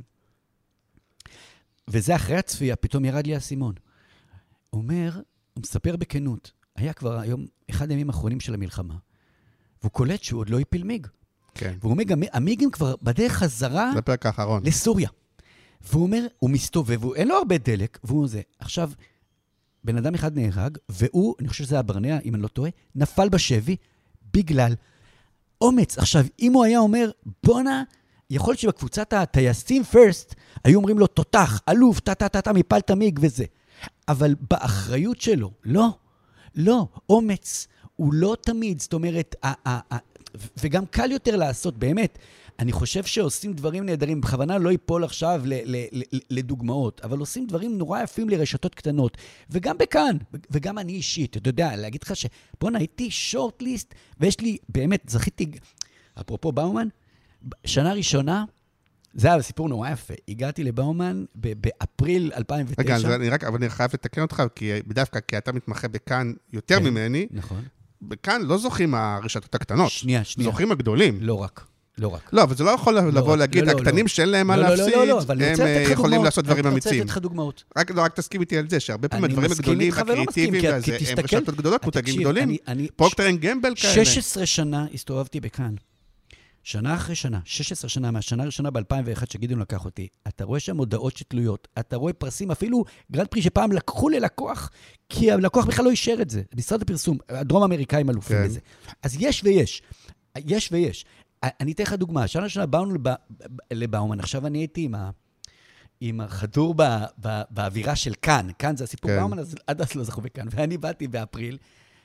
וזה אחרי הצפייה, פתאום ירד לי האסימון. הוא אומר, הוא מספר בכנות, היה כבר היום, אחד הימים האחרונים של המלחמה, והוא קולט שהוא עוד לא יפיל מיג. כן. והוא אומר, המיגים כבר בדרך חזרה לפרק האחרון. לסוריה. והוא אומר, הוא מסתובב, אין לו הרבה דלק, והוא זה. עכשיו, בן אדם אחד נהרג, והוא, אני חושב שזה הברנע, אם אני לא טועה, נפל בשבי בגלל אומץ. עכשיו, אם הוא היה אומר, בונה, יכול להיות שבקבוצת הטייסים פרסט, היו אומרים לו, תותח, אלוף, טה, מפל תמיג וזה. אבל באחריות שלו, לא, אומץ, הוא לא תמיד, זאת אומרת, וגם קל יותר לעשות, באמת, אני חושב שעושים דברים נהדרים, בכוונה לא ייפול עכשיו לדוגמאות, אבל עושים דברים נורא יפים לרשתות קטנות, וגם בכאן, וגם אני אישית, אתה יודע, להגיד לך שבוא הייתי שורט ליסט, ויש לי, באמת, זכיתי, אפרופו באומן, שנה ראשונה, זה היה סיפור נורא יפה, הגעתי לבאומן באפריל 2009. רגע, אבל אני חייב לתקן אותך, בדווקא כי אתה מתמחה בכאן יותר ממני, נכון. בכאן לא זוכים הרשתות הקטנות. שנייה. זוכים הגדולים. לא רק. לא, אבל זה לא יכול לבוא להגיד, הקטנים שאין להם מה להפסיד, הם יכולים לעשות דברים אמיצים. אני רוצה לתת לך דוגמאות. רק תסכים איתי על זה, שהרבה פעמים הדברים הגדולים, הקריאיטיביים, הם רשתות גדולות, מותגים גדולים, פרוקטר אנד גמבל כאלה. 16 שנה הסתובבתי בכאן. שנה אחרי שנה, 16 שנה, מהשנה הראשונה ב-2001 שגידון לקח אותי, אתה רואה שם הודעות שתלויות, אתה רואה פרסים, אפילו גרנד פרי שפעם לקחו ללקוח, כי הלקוח בכלל לא אישר את זה. משרד הפרסום, הדרום האמריקאים אלופים בזה. אז יש ויש. אני אתן לך דוגמה, שנה ראשונה באנו לבאומן, עכשיו אני הייתי עם החדור באווירה של כאן, כאן זה הסיפור באומן, אז עד אז לא זכו בכאן, ואני באתי באפריל,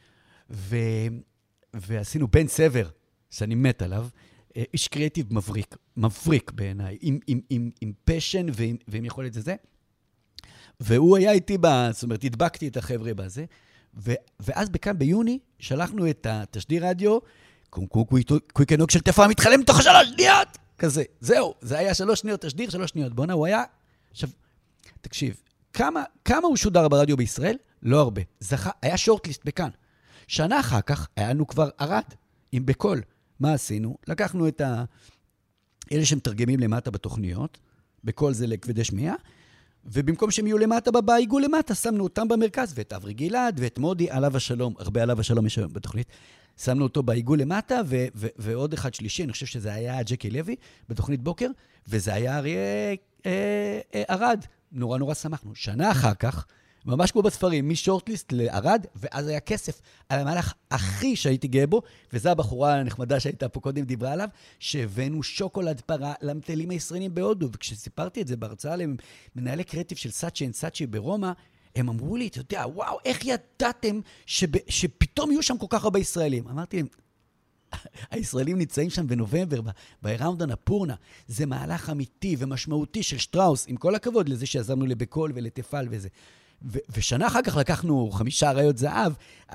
ועשינו בן סבר, שאני מת עליו, איש קריאטיב מבריק בעיניי, עם פשן ועם יכולת זה. והוא היה איתי, זאת אומרת, הדבקתי את החבר'ה בזה, ואז בכאן ביוני שלחנו את התשדיר רדיו, קוויקנוג של תפעה מתחלם תוך 3 שניות, כזה, זהו, זה היה 3 שניות, תשדיר 3 שניות, בונה, הוא היה, עכשיו, תקשיב, כמה הוא שודר ברדיו בישראל? לא הרבה, היה שורטליסט בכאן. שנה אחר כך, היה לנו כבר ערד, עם בקול. מה עשינו? לקחנו את אלה שמתרגמים למטה בתוכניות, בכל זה לכבדי שמיעה, ובמקום שהם יהיו למטה בעיגו למטה, שמנו אותם במרכז, ואת אברי גלעד, ואת מודי, עליו השלום, הרבה עליו השלום יש בתוכנית, שמנו אותו בעיגו למטה, ועוד אחד שלישי, אני חושב שזה היה ג'קי לוי, בתוכנית בוקר, וזה היה אריה ערד. נורא שמחנו. שנה אחר כך, ממש כמו בספרים, משורטליסט לערד, ואז היה כסף על המהלך הכי שהייתי גאה בו, וזו הבחורה הנחמדה שהייתה פה קודם דיברה עליו, שהבאנו שוקולד פרה למטיילים הישראלים בהודו, וכשסיפרתי את זה בהרצאה למנהלי קריאטיב של סאצ'י ברומא, הם אמרו לי, אתה יודע, וואו, איך ידעתם שפתאום יהיו שם כל כך הרבה ישראלים? אמרתי להם, הישראלים נמצאים שם בנובמבר, בהיראונד הנפורנה, זה מהלך אמיתי ומשמעותי של שטראוס, עם כל הכבוד לזה שעזרנו לבקול ולתפל וזה. ושנה אחר כך לקחנו 5 אריות זהב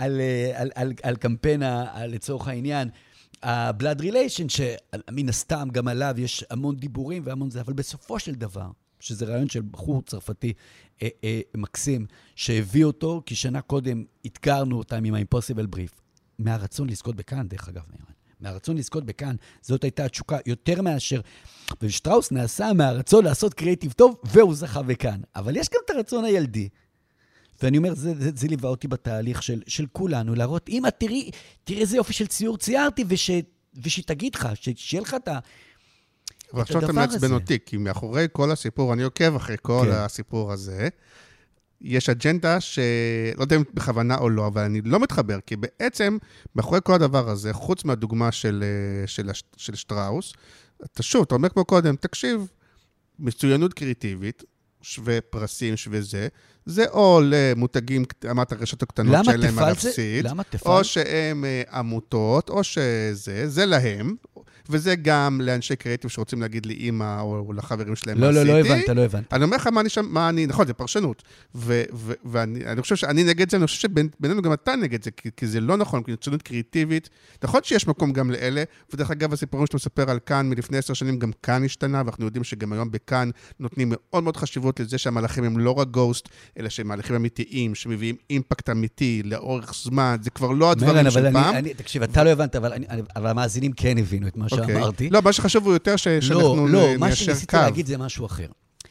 על קמפיין, לצורך העניין, ה-Blood Relation, שמן הסתם גם עליו יש המון דיבורים והמון זה, אבל בסופו של דבר, שזה רעיון של בחור צרפתי מקסים, שהביא אותו, כי שנה קודם התגרנו אותם עם ה-Impossible Brief, מהרצון לזכות בכאן, דרך אגב, מהרצון לזכות בכאן, זאת הייתה התשוקה יותר מאשר, ושטראוס נעשה מהרצון לעשות קריאטיב טוב, והוא זכה בכאן. אבל יש גם את הרצון הילדי, ואני אומר, זה ליווה אותי בתהליך של כולנו, להראות, אמא, תראי איזה יופי של ציור ציירתי, ושתגיד לך, שיהיה לך את הדבר הזה. ועכשיו אתה מעצבן אותי, כי מאחורי כל הסיפור, אני עוקב אחרי כל הסיפור הזה, יש אג'נדה שלא יודע אם בכוונה או לא, אבל אני לא מתחבר, כי בעצם, מאחורי כל הדבר הזה, חוץ מהדוגמה של שטראוס, אתה אומר כמו קודם, תקשיב, מצוינות קריאטיבית, שווה פרסים, שווה זה או למותגים, אמרת הרשתות הקטנות שאין להם מה להפסיד, או שהם עמותות, או זה להם, וזה גם לאנשי קריאטיב שרוצים להגיד לי אימא או לחברים שלהם מה עשיתי. לא הבנת. אני אומר לך נכון, זה פרשנות. ואני חושב שאני נגד זה, אני חושב שבינינו גם אתה נגד זה, כי זה לא נכון, כי מצוינות קריאטיבית, נכון שיש מקום גם לאלה, ודרך אגב הסיפורים שאתה מספר על כאן מלפני 10 שנים, גם כאן השתנה, ואנחנו יודעים שגם היום בכאן נותנים מאוד מאוד חשיבות לזה שהמהלכים הם לא רק גוסט, אלא שהם מהלכים אמיתיים, שמביאים אימפקט אמיתי לאורך זמן, זה כבר לא הדברים של פעם. תקשיב, אתה לא הבנת, אבל המאזינים כן הבינו את מה שאמרתי. לא, מה שחשוב הוא יותר שאנחנו ניישר קו. מה שניסיתי להגיד זה משהו אחר.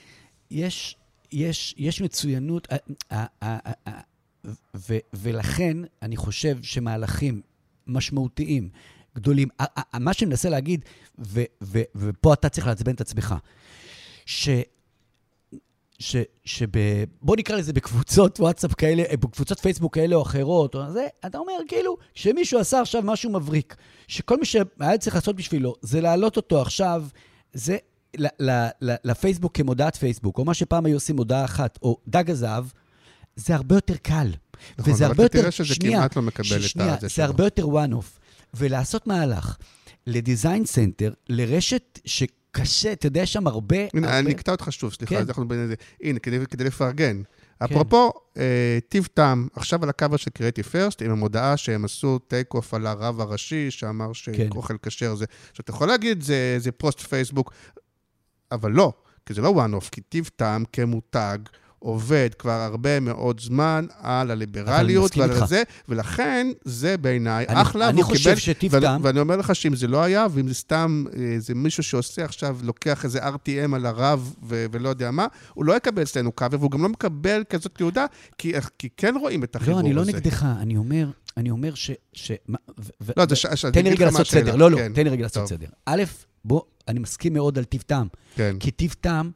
יש מצוינות, ולכן אני חושב שמהלכים משמעותיים, גדולים. מה שאני מנסה להגיד, ופה אתה צריך לעצבן את עצמך, בוא נקרא לזה בקבוצות וואטסאפ כאלה, בקבוצות פייסבוק כאלה או אחרות, או זה, אתה אומר כאילו, שמישהו עשה עכשיו משהו מבריק, שכל מי שהיה צריך לעשות בשבילו, זה להעלות אותו עכשיו, זה לפייסבוק כמודעת פייסבוק, או מה שפעם היו עושים מודעה אחת, או דג הזהב, זה הרבה יותר קל. נכון, וזה הרבה יותר, תראה שזה כמעט לא מקבל את זה. זה הרבה יותר one-off. ולעשות מהלך לדיזיין סנטר, לרשת שקשה, אתה יודע, שם הרבה... הנה, אני אקטע אותך שוב, סליחה, הנה, כדי לפרגן. אפרופו, טיב טעם, עכשיו על הקאבר של Creative First, עם המודעה שהם עשו טייק אוף על הרב הראשי, שאמר שאוכל כשר זה. עכשיו, אתה יכול להגיד, זה פוסט פייסבוק, אבל לא, כי זה לא one-off, כי טיב טעם כמותג, עובד כבר הרבה מאוד זמן על הליברליות ועל זה, ולכן זה בעיניי אחלה. אני חושב שטיב טעם... ואני אומר לך שאם זה לא היה, ואם זה סתם, זה מישהו שעושה עכשיו, לוקח איזה RTM על הרב ולא יודע מה, הוא לא יקבל אצלנו קאבר, והוא גם לא מקבל כזאת תעודה, כי כן רואים את החיבור הזה. לא, אני לא נגדך, אני אומר לא, תן לי רגע לעשות סדר. לא, תן לי רגע לעשות סדר. א', בוא, אני מסכים מאוד על טיב טעם. כי טיב טעם,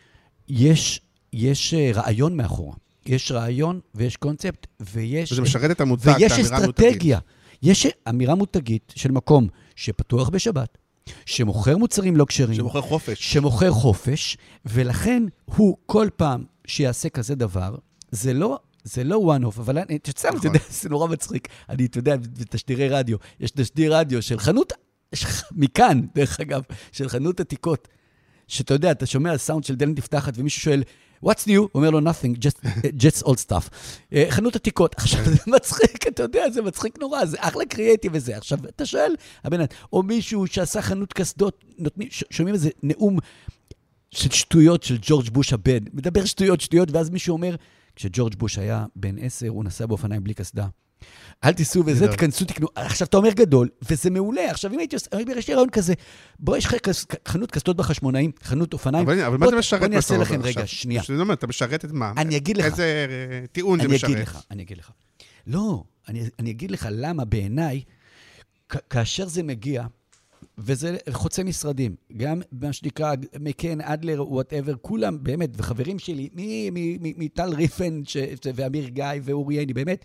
יש רעיון מאחורה. יש רעיון ויש קונספט, וזה משרת את המותג, ויש אסטרטגיה. יש אמירה מותגית של מקום שפתוח בשבת, שמוכר מוצרים לא כשרים. שמוכר חופש, ולכן הוא כל פעם שיעשה כזה דבר, זה לא one off, אבל אני, אתה יודע, זה נורא מצחיק. אתה יודע, בתשדירי רדיו, יש תשדיר רדיו של חנות, מכאן, דרך אגב, של חנות עתיקות, שאתה יודע, אתה שומע סאונד של דלת נפתחת, ומישהו שואל, what's new? הוא אומר לו, nothing, just old stuff. חנות עתיקות. עכשיו, זה מצחיק, אתה יודע, זה מצחיק נורא, זה אחלה קריאטיב וזה. עכשיו, אתה שואל, או מישהו שעשה חנות קסדות, שומעים איזה נאום של שטויות של ג'ורג' בוש הבן, מדבר שטויות, ואז מישהו אומר, כשג'ורג' בוש היה בן 10, הוא נסע באופניים בלי קסדה. אל תיסעו וזה, תכנסו, תקנו. עכשיו, אתה אומר גדול, וזה מעולה. עכשיו, אם הייתי עושה, יש לי רעיון כזה, בוא, יש חנות קסדות בחשמונאים, חנות אופניים. אבל מה זה משרת? בוא נעשה לכם רגע, שנייה. אתה משרת את מה? אני אגיד לך. איזה טיעון זה משרת? אני אגיד לך. לא, אני אגיד לך למה בעיניי, כאשר זה מגיע, וזה חוצה משרדים, גם מה שנקרא, מקן, אדלר, whatever, כולם באמת, וחברים שלי, מטל ריפן, ואמיר גיא ואורי עיני, באמת,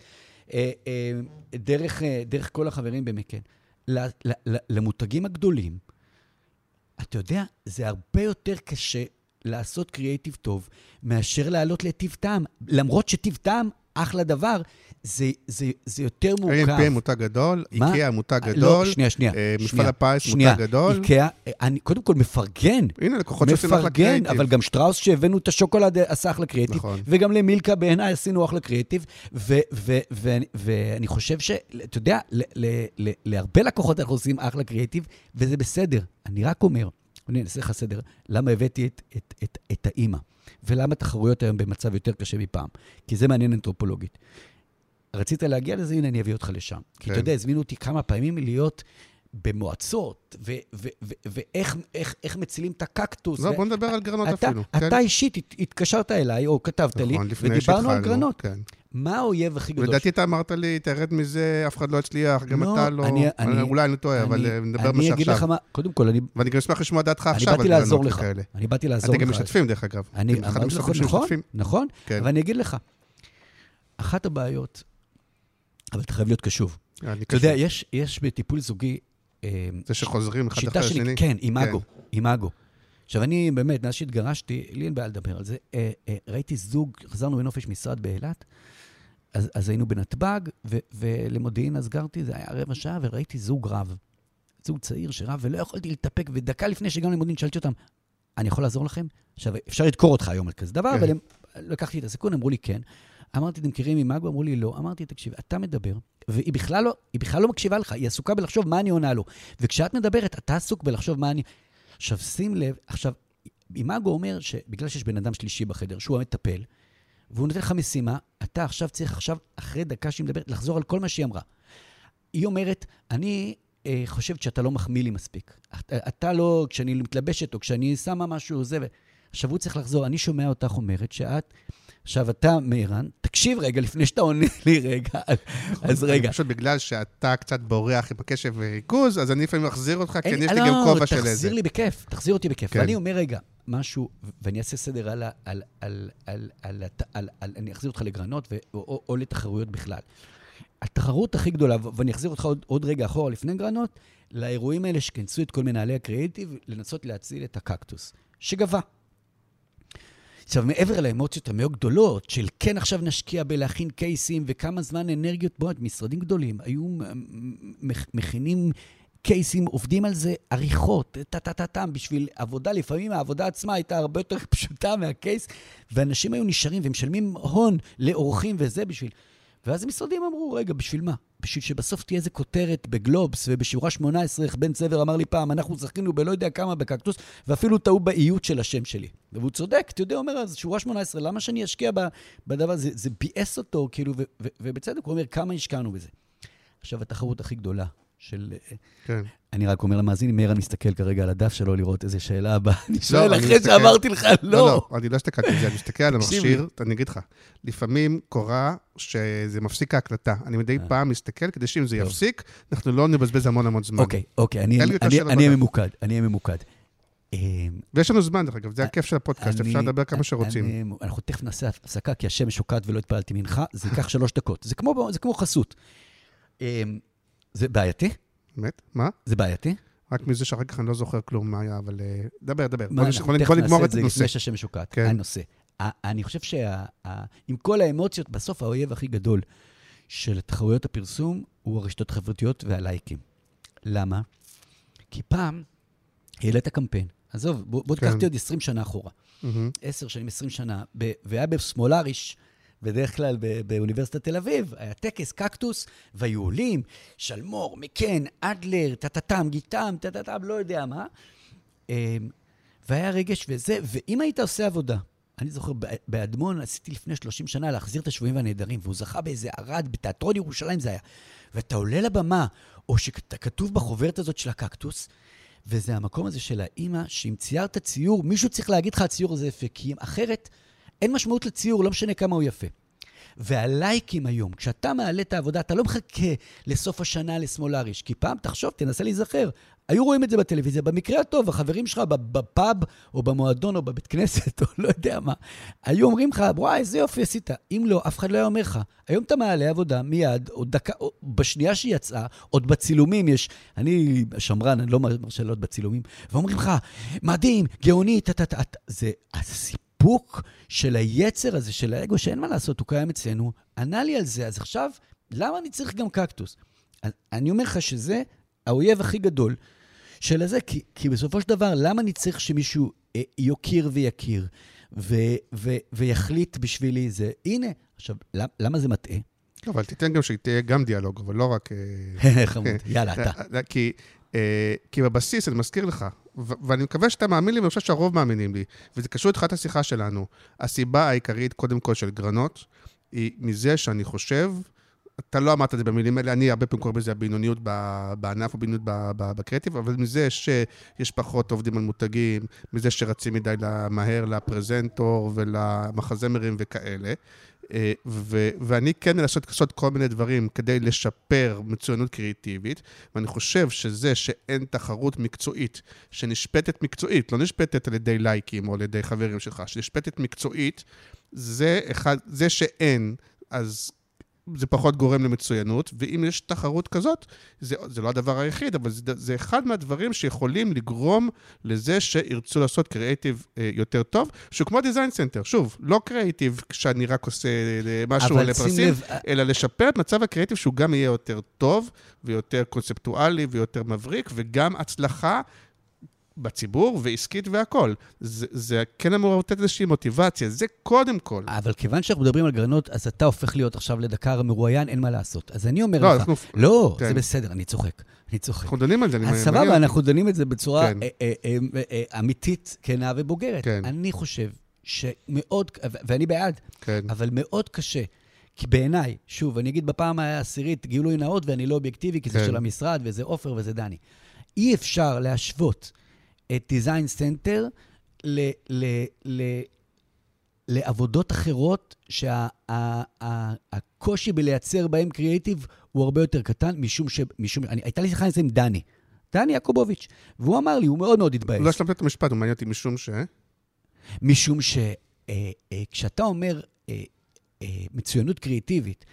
דרך כל החברים במקן, למותגים הגדולים, אתה יודע, זה הרבה יותר קשה לעשות קריאייטיב טוב, מאשר לעלות לטיב טעם. למרות שטיב טעם, אחלה דבר, זה יותר מורכב. A&P מותג גדול, איקאה מותג גדול, מפעל הפיס מותג גדול. איקאה, אני קודם כל מפרגן. הנה, לקוחות שעושים אחלה קריאייטיב. אבל גם שטראוס שהבאנו את השוקולד עשה אחלה קריאייטיב, וגם למילקה בעיניי עשינו אחלה קריאייטיב, ואני חושב שאתה יודע, להרבה לקוחות אנחנו עושים אחלה קריאייטיב, וזה בסדר. אני רק אומר, אני אעשה לך סדר, למה הבאתי את האמא, ולמה תחרויות היום במצב יותר קשה מפעם, כי זה מעניין אנתרופולוגית. רצית להגיע לזה, הנה אני אביא אותך לשם. כי אתה יודע, הזמינו אותי כמה פעמים להיות במועצות, ואיך מצילים את הקקטוס. לא, בוא נדבר על גרנות אפילו. אתה אישית התקשרת אליי, או כתבת לי, ודיברנו על גרנות. מה האויב הכי גדול? לדעתי אתה אמרת לי, תרד מזה, אף אחד לא הצליח, גם אתה לא... אולי אני טועה, אבל נדבר מה שעכשיו. אני אגיד לך מה, קודם כל, ואני גם אשמח לשמוע דעתך עכשיו. אני באתי לעזור לך. אני באתי לעזור לך. אתם גם משתפים, דרך אגב. נכון, אבל אני אגיד לך, אחת הבעיות, אבל אתה חייב להיות קשוב. אתה יודע, יש בטיפול זוגי... זה שחוזרים אחד אחרי השני? כן, אימאגו. עכשיו, אני באמת, מאז שהתגרשתי, לי אין בעיה לדבר על זה, ראיתי זוג, חזרנו בנופש משרד באילת, אז היינו בנתב"ג, ולמודיעין אז גרתי, זה היה רבע שעה, וראיתי זוג רב. זוג צעיר שרב, ולא יכולתי להתאפק, ודקה לפני שגם למודיעין, שאלתי אותם, אני יכול לעזור לכם? עכשיו, אפשר לדקור אותך היום על כזה דבר, אבל לקחתי את הסיכון, אמרו לי כן. אמרתי, אתם מכירים אימאגו? אמרו לי לא. אמרתי, תקשיב, אתה מדבר, והיא בכלל לא מקשיבה לך, היא עסוקה בלחשוב מה אני עונה לו. וכשאת מדברת, אתה עסוק בלחשוב מה אני... עכשיו, שים לב, עכשיו, אימאגו אומר שבגלל שיש בן אדם שלישי בחדר, שהוא המטפל, והוא נותן לך משימה, אתה עכשיו צריך אחרי דקה שהיא מדברת, לחזור על כל מה שהיא אמרה. היא אומרת, אני חושבת שאתה לא מחמיא לי מספיק. אתה לא, כשאני מתלבשת, או כשאני שמה משהו, זה... עכשיו הוא צריך לחזור, אני שומע אותך אומרת שאת, עכשיו אתה, מירן, תקשיב רגע, לפני שאתה עונה לי רגע, אז רגע. פשוט בגלל שאתה קצת בורח עם הקשב וריכוז, אז אני לפעמים אחזיר אותך, כי אני יש לי גם כובע של איזה. לא, תחזיר לי בכיף, תחזיר אותי בכיף. ואני אומר רגע, משהו, ואני אעשה סדר אני אחזיר אותך לגרנות, או לתחרויות בכלל. התחרות הכי גדולה, ואני אחזיר אותך עוד רגע אחורה לפני גרנות, לאירועים האלה שכנסו את כל מנהלי הקריאיטיב, לנסות להציל את הקקטוס, שגבה. עכשיו, מעבר לאמוציות המאוד גדולות, של כן עכשיו נשקיע בלהכין קייסים, וכמה זמן אנרגיות בואות, משרדים גדולים, היו מכינים קייסים, עובדים על זה עריכות, בשביל עבודה, לפעמים העבודה עצמה הייתה הרבה יותר פשוטה מהקייס, ואנשים היו נשארים ומשלמים הון לאורחים וזה בשביל... ואז המשרדים אמרו, רגע, בשביל מה? בשביל שבסוף תהיה איזה כותרת בגלובס, ובשורה 18, בן צבר אמר לי פעם, אנחנו זכינו בלא יודע כמה בקקטוס, ואפילו טעו באיות של השם שלי. והוא צודק, אתה יודע, אומר, אז שורה 18, למה שאני אשקיע בדבר הזה? זה ביאס אותו, כאילו, ובצדק הוא אומר, כמה השקענו בזה. עכשיו, התחרות הכי גדולה של... כן. אני רק אומר למאזין, מאיר, אני מסתכל כרגע על הדף שלו לראות איזה שאלה הבאה. אני שואל אחרי שאמרתי לך, לא. אני לא הסתכלתי על זה, אני מסתכל על המכשיר, אני אגיד לך, לפעמים קורה שזה מפסיק ההקלטה. אני מדי פעם מסתכל, כדי שאם זה יפסיק, אנחנו לא נבזבז המון זמן. אוקיי, אני אהיה ממוקד. ויש לנו זמן, דרך אגב, זה הכיף של הפודקאסט, אפשר לדבר כמה שרוצים. אנחנו תכף נעשה הפסקה, כי השמש שוקעת ולא התפעלתי מנחה, זה ייקח 3 דקות. זה כמו חסות. זה בעייתי? באמת? מה? זה בעייתי? רק מזה שאחר כך אני לא זוכר כלום מה היה, אבל דבר. בוא נגמור את הנושא. לפני שהשמש שוקעת, הנושא. אני חושב שעם כל האמוציות, בסוף האויב הכי גדול של תחרויות הפרסום, הוא הרשתות החברתיות והלייקים. למה? כי פעם העלית קמפיין. עזוב, בוא תקח אותי עוד 20 שנה אחורה. 10 שנים, 20 שנה, והיה בסמולריש, בדרך כלל באוניברסיטת תל אביב, היה טקס, קקטוס, והיו עולים, שלמור, מקן, אדלר, טטטם, גיטם, טטטם, לא יודע מה. והיה רגש וזה, ואם היית עושה עבודה, אני זוכר, באדמון עשיתי לפני 30 שנה להחזיר את השבויים והנהדרים, והוא זכה באיזה ערד, בתיאטרון ירושלים זה היה. ואתה עולה לבמה, או שכתוב בחוברת הזאת של הקקטוס, וזה המקום הזה של האמא, שאם ציירת ציור, מישהו צריך להגיד לך הציור הזה יפה, כי אחרת אין משמעות לציור, לא משנה כמה הוא יפה. והלייקים היום, כשאתה מעלה את העבודה, אתה לא מחכה לסוף השנה לסמולריש, כי פעם, תחשוב, תנסה להיזכר, היו רואים את זה בטלוויזיה, במקרה הטוב, החברים שלך בפאב, או במועדון, או בבית כנסת, או לא יודע מה, היו אומרים לך, וואי, איזה יופי עשית. אם לא, אף אחד לא היה אומר לך. היום אתה מעלה עבודה מיד, או דקה, או בשנייה שהיא יצאה, עוד בצילומים יש, אני שמרן, אני לא מרשה להיות בצילומים, ואומרים לך, מדהים, גאוני, זה הסיפוק של היצר הזה, של האגו, שאין מה לעשות, הוא קיים אצלנו, ענה לי על זה, אז עכשיו, למה אני צריך גם קקטוס? אני אומר לך שזה האויב הכי גדול של הזה, כי בסופו של דבר, למה אני צריך שמישהו יוקיר ויכיר, ויחליט בשבילי זה? הנה, עכשיו, למה זה מטעה? אבל תיתן גם שתהיה גם דיאלוג, אבל לא רק... חמוד, יאללה, אתה. כי בבסיס, אני מזכיר לך, ואני מקווה שאתה מאמין לי, ואני חושב שהרוב מאמינים לי, וזה קשור לתחילת השיחה שלנו. הסיבה העיקרית, קודם כל, של גרנות, היא מזה שאני חושב, אתה לא אמרת את זה במילים האלה, אני הרבה פעמים קורא בזה הבינוניות בענף, או בינוניות בקריאטיב, אבל מזה שיש פחות עובדים על מותגים, מזה שרצים מדי מהר לפרזנטור ולמחזמרים וכאלה, ואני כן לעשות כל מיני דברים כדי לשפר מצוינות קריאטיבית, ואני חושב שזה שאין תחרות מקצועית, שנשפטת מקצועית, לא נשפטת על ידי לייקים או על ידי חברים שלך, שנשפטת מקצועית, זה שאין, אז זה פחות גורם למצוינות, ואם יש תחרות כזאת, זה לא הדבר היחיד, אבל זה אחד מהדברים שיכולים לגרום לזה שירצו לעשות קריאטיב יותר טוב, שהוא כמו דיזיין סנטר, שוב, לא קריאטיב כשאני רק עושה משהו לפרסים, אלא לשפר את מצב הקריאטיב שהוא גם יהיה יותר טוב, ויותר קונספטואלי, ויותר מבריק, וגם הצלחה בציבור ועסקית והכל. זה כן אמור לתת איזושהי מוטיבציה, זה קודם כל. אבל כיוון שאנחנו מדברים על גרנות, אז אתה הופך להיות עכשיו לדקר המרואיין, אין מה לעשות. אז אני אומר לך, לא, זה בסדר, אני צוחק. אנחנו דנים על זה. אז סבבה, אנחנו דנים את זה בצורה אמיתית, כנה ובוגרת. אני חושב שמאוד, ואני בעד, אבל מאוד קשה, כי בעיניי, שוב, אני אגיד בפעם העשירית, גילוי נאות, ואני לא אובייקטיבי, כי זה של המשרד, וזה עופר וזה דני. אי אפשר להשוות את דיזיין סנטר לעבודות אחרות שהקושי בלייצר בהם קריאיטיב הוא הרבה יותר קטן, משום הייתה לי שיחה עם דני יעקובוביץ', והוא אמר לי, הוא מאוד מאוד התבאס. לא השלמת את המשפט, הוא מעניין אותי משום כשאתה אומר מצוינות קריאיטיבית,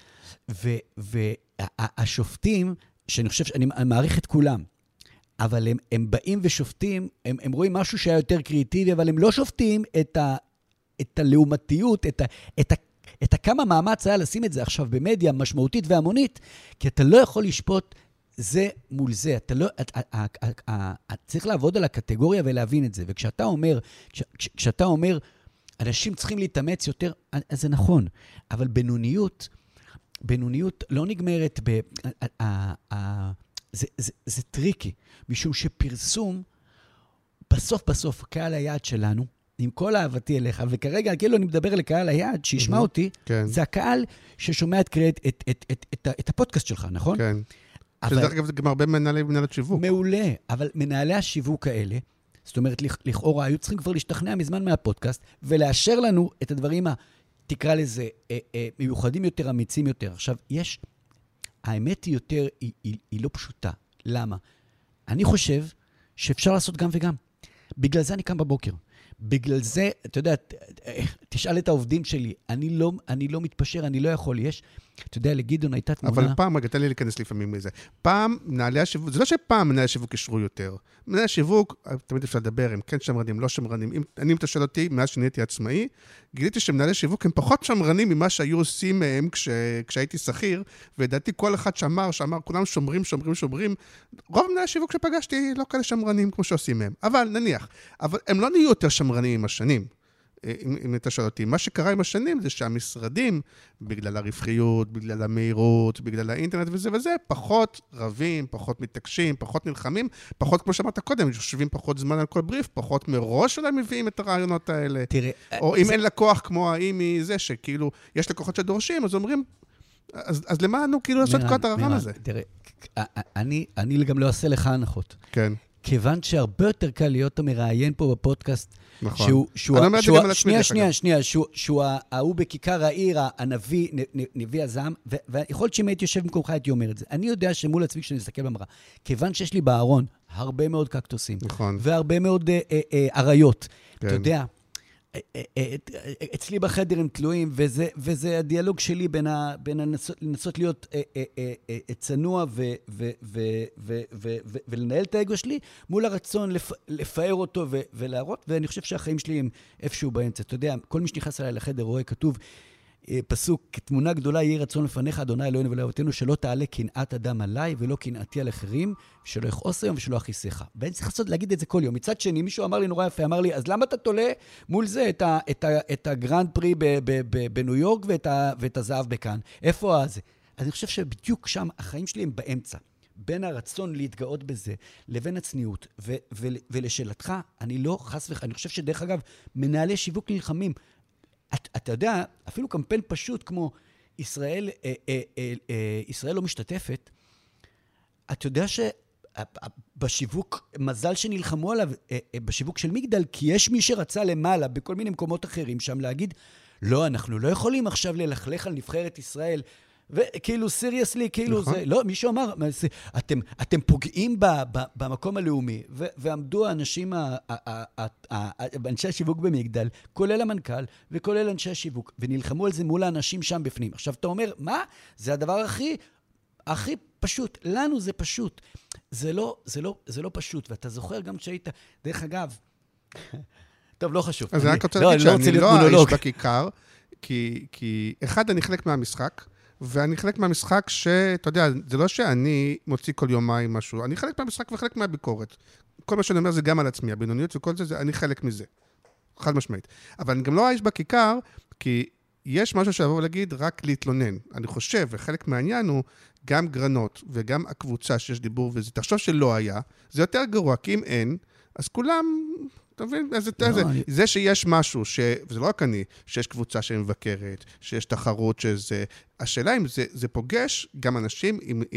והשופטים, שאני חושב שאני מעריך את כולם, אבל הם באים ושופטים, הם רואים משהו שהיה יותר קריאיטיבי, אבל הם לא שופטים את הלעומתיות, את כמה מאמץ היה לשים את זה עכשיו במדיה משמעותית והמונית, כי אתה לא יכול לשפוט זה מול זה. אתה לא, צריך לעבוד על הקטגוריה ולהבין את זה. וכשאתה אומר, אנשים צריכים להתאמץ יותר, אז זה נכון. אבל בינוניות לא נגמרת זה טריקי, משום שפרסום, בסוף, קהל היעד שלנו, עם כל אהבתי אליך, וכרגע, כאילו אני מדבר לקהל היעד, שישמע אותי, זה הקהל ששומע את הפודקאסט שלך, נכון? כן. שדרך אגב, זה גם הרבה מנהלת שיווק. מעולה, אבל מנהלי השיווק האלה, זאת אומרת, לכאורה, היו צריכים כבר להשתכנע מזמן מהפודקאסט, ולאשר לנו את הדברים, תקרא לזה, מיוחדים יותר, אמיצים יותר. עכשיו, האמת היא יותר, היא לא פשוטה. למה? אני חושב שאפשר לעשות גם וגם. בגלל זה אני קם בבוקר. בגלל זה, אתה יודע, תשאל את העובדים שלי, אני לא מתפשר, אני לא יכול, אתה יודע, לגדעון הייתה תמונה. אבל פעם, רגע, תן לי להיכנס לפעמים מזה. פעם, מנהלי השיווק, זה לא שפעם מנהלי השיווק ישרו יותר. מנהלי השיווק, תמיד אפשר לדבר, הם כן שמרנים, לא שמרנים. אם אתה שואל אותי, מאז שנהייתי עצמאי, גיליתי שמנהלי השיווק הם פחות שמרנים ממה שהיו עושים מהם כשהייתי שכיר, ודעתי כל אחד שאמר, כולם שומרים. רוב מנהלי השיווק שפגשתי לא כאלה שמרנים כמו שעושים מהם. אבל נניח, הם לא נהיו יותר שמרנים עם השנים. אם אתה שואל אותי, מה שקרה עם השנים זה שהמשרדים, בגלל הרווחיות, בגלל המהירות, בגלל האינטרנט וזה, פחות רבים, פחות מתעקשים, פחות נלחמים, פחות, כמו שאמרת קודם, יושבים פחות זמן על כל בריף, פחות מראש אולי מביאים את הרעיונות האלה. תראה, או אם אין לקוח כמו האימי זה, שכאילו, יש לקוחות שדורשים, אז אומרים, אז למה לנו כאילו לעשות כל הרעיון הזה? תראה, אני גם לא אעשה לך הנחות. כן. כיוון שהרבה יותר קל להיות המראיין פה בפודקאסט, נכון. אני אומר את זה גם על עצמי. שנייה, שהוא ההוא בכיכר העיר, הנביא, נביא הזעם, ויכול להיות שאם הייתי יושב במקומך, הייתי אומר את זה. אני יודע שמול עצמי כשאני מסתכל במראה, כיוון שיש לי בארון הרבה מאוד קקטוסים, והרבה מאוד עריות, אתה יודע, אצלי בחדר הם תלויים, וזה הדיאלוג שלי בין לנסות להיות צנוע ולנהל את האגו שלי, מול הרצון לפאר אותו ולהראות, ואני חושב שהחיים שלי הם איפשהו באמצע. אתה יודע, כל מי שנכנס אליי לחדר רואה כתוב, פסוק, תמונה גדולה יהי רצון לפניך, אדוני אלוהינו ואלוהינו, שלא תעלה קנאת אדם עליי, ולא קנאתי על אחרים, שלא יכעוס היום ושלא אכעיסך. ואני צריך להגיד את זה כל יום. מצד שני, מישהו אמר לי נורא יפה, אמר לי, אז למה אתה תולה מול זה את הגרנד פרי בניו יורק ואת הזהב בכאן? איפה זה? אז אני חושב שבדיוק שם החיים שלי הם באמצע. בין הרצון להתגאות בזה, לבין הצניעות. ולשאלתך, אני לא חס וחלילה, אני חושב שדרך אגב, מנהלי שיווק נלחמים. אתה יודע, אפילו קמפיין פשוט כמו ישראל לא משתתפת, אתה יודע שבשיווק, מזל שנלחמו עליו, בשיווק של מגדל, כי יש מי שרצה למעלה, בכל מיני מקומות אחרים שם, להגיד, לא, אנחנו לא יכולים עכשיו ללכלך על נבחרת ישראל, וכאילו, סיריוסלי, כאילו זה, לא, מישהו אמר, אתם פוגעים במקום הלאומי, ועמדו האנשים, אנשי השיווק במגדל, כולל המנכ"ל, וכולל אנשי השיווק, ונלחמו על זה מול האנשים שם בפנים. עכשיו, אתה אומר, מה? זה הדבר הכי פשוט. לנו זה פשוט. זה לא פשוט, ואתה זוכר גם שהיית, דרך אגב, טוב, לא חשוב. אז אני רק רוצה להגיד שאני לא האיש בכיכר, כי אחד, אני חלק מהמשחק, ואני חלק מהמשחק שאתה יודע, זה לא שאני מוציא כל יומיים משהו, אני חלק מהמשחק וחלק מהביקורת. כל מה שאני אומר זה גם על עצמי, הבינוניות וכל זה, אני חלק מזה. חד משמעית. אבל אני גם לא האיש בכיכר, כי יש משהו שאבוא להגיד רק להתלונן. אני חושב, וחלק מהעניין הוא גם גרנות וגם הקבוצה שיש דיבור וזה, תחשוב שלא היה, זה יותר גרוע, כי אם אין, אז כולם, אתה מבין? זה שיש משהו, וזה לא רק אני, שיש קבוצה שמבקרת, שיש תחרות שזה, השאלה אם זה פוגש גם אנשים עם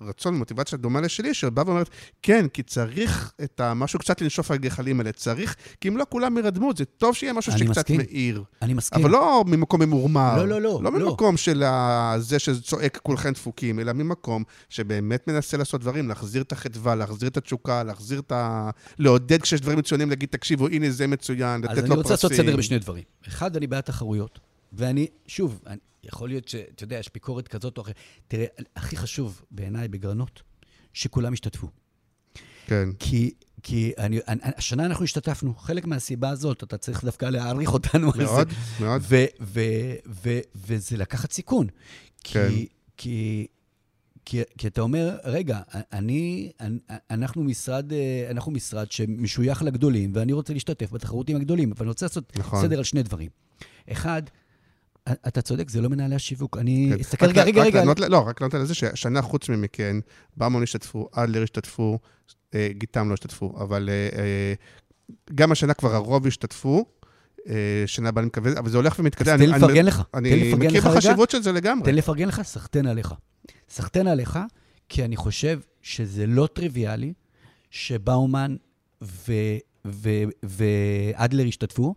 רצון, מוטיבציה דומה לשלי, שבא ואומרת, כן, כי צריך את משהו קצת לנשוף על הגחלים האלה, צריך, כי אם לא כולם ירדמו, זה טוב שיהיה משהו שקצת מאיר. אני מסכים. אבל לא ממקום ממורמר. לא. לא ממקום של זה שצועק כולכם דפוקים, אלא ממקום שבאמת מנסה לעשות דברים, להחזיר את החדווה, להחזיר את התשוקה, לעודד כשיש דברים מצוינים, להגיד, תקשיבו, הנה זה מצוין, לתת לו פרסים. אז אני רוצה לעשות סדר בשני דברים. אחד, אני בעד תחרויות, ואני, שוב, יכול להיות שאתה יודע, יש ביקורת כזאת או אחרת. תראה, הכי חשוב בעיניי בגרנות, שכולם השתתפו. כן. כי השנה אנחנו השתתפנו. חלק מהסיבה הזאת, אתה צריך דווקא להעריך אותנו על זה. מאוד, מאוד. וזה לקחת סיכון. כן. כי אתה אומר, רגע, אנחנו משרד שמשוייך לגדולים, ואני רוצה להשתתף בתחרות עם הגדולים, אבל אני רוצה לעשות סדר על שני דברים. אחד, אתה צודק, זה לא מנהלי השיווק. אני אסתכל רגע. רק לענות על זה שהשנה חוץ ממכן, באמון השתתפו, אדלר השתתפו, גיטם לא השתתפו, אבל גם השנה כבר הרוב השתתפו, שנה הבאה אני מקווה, אבל זה הולך ומתקדם. תן לפרגן לך. אני מכיר בחשיבות של זה לגמרי. תן לפרגן לך, סחטן עליך, כי אני חושב שזה לא טריוויאלי, שבאומן ואדלר השתתפו,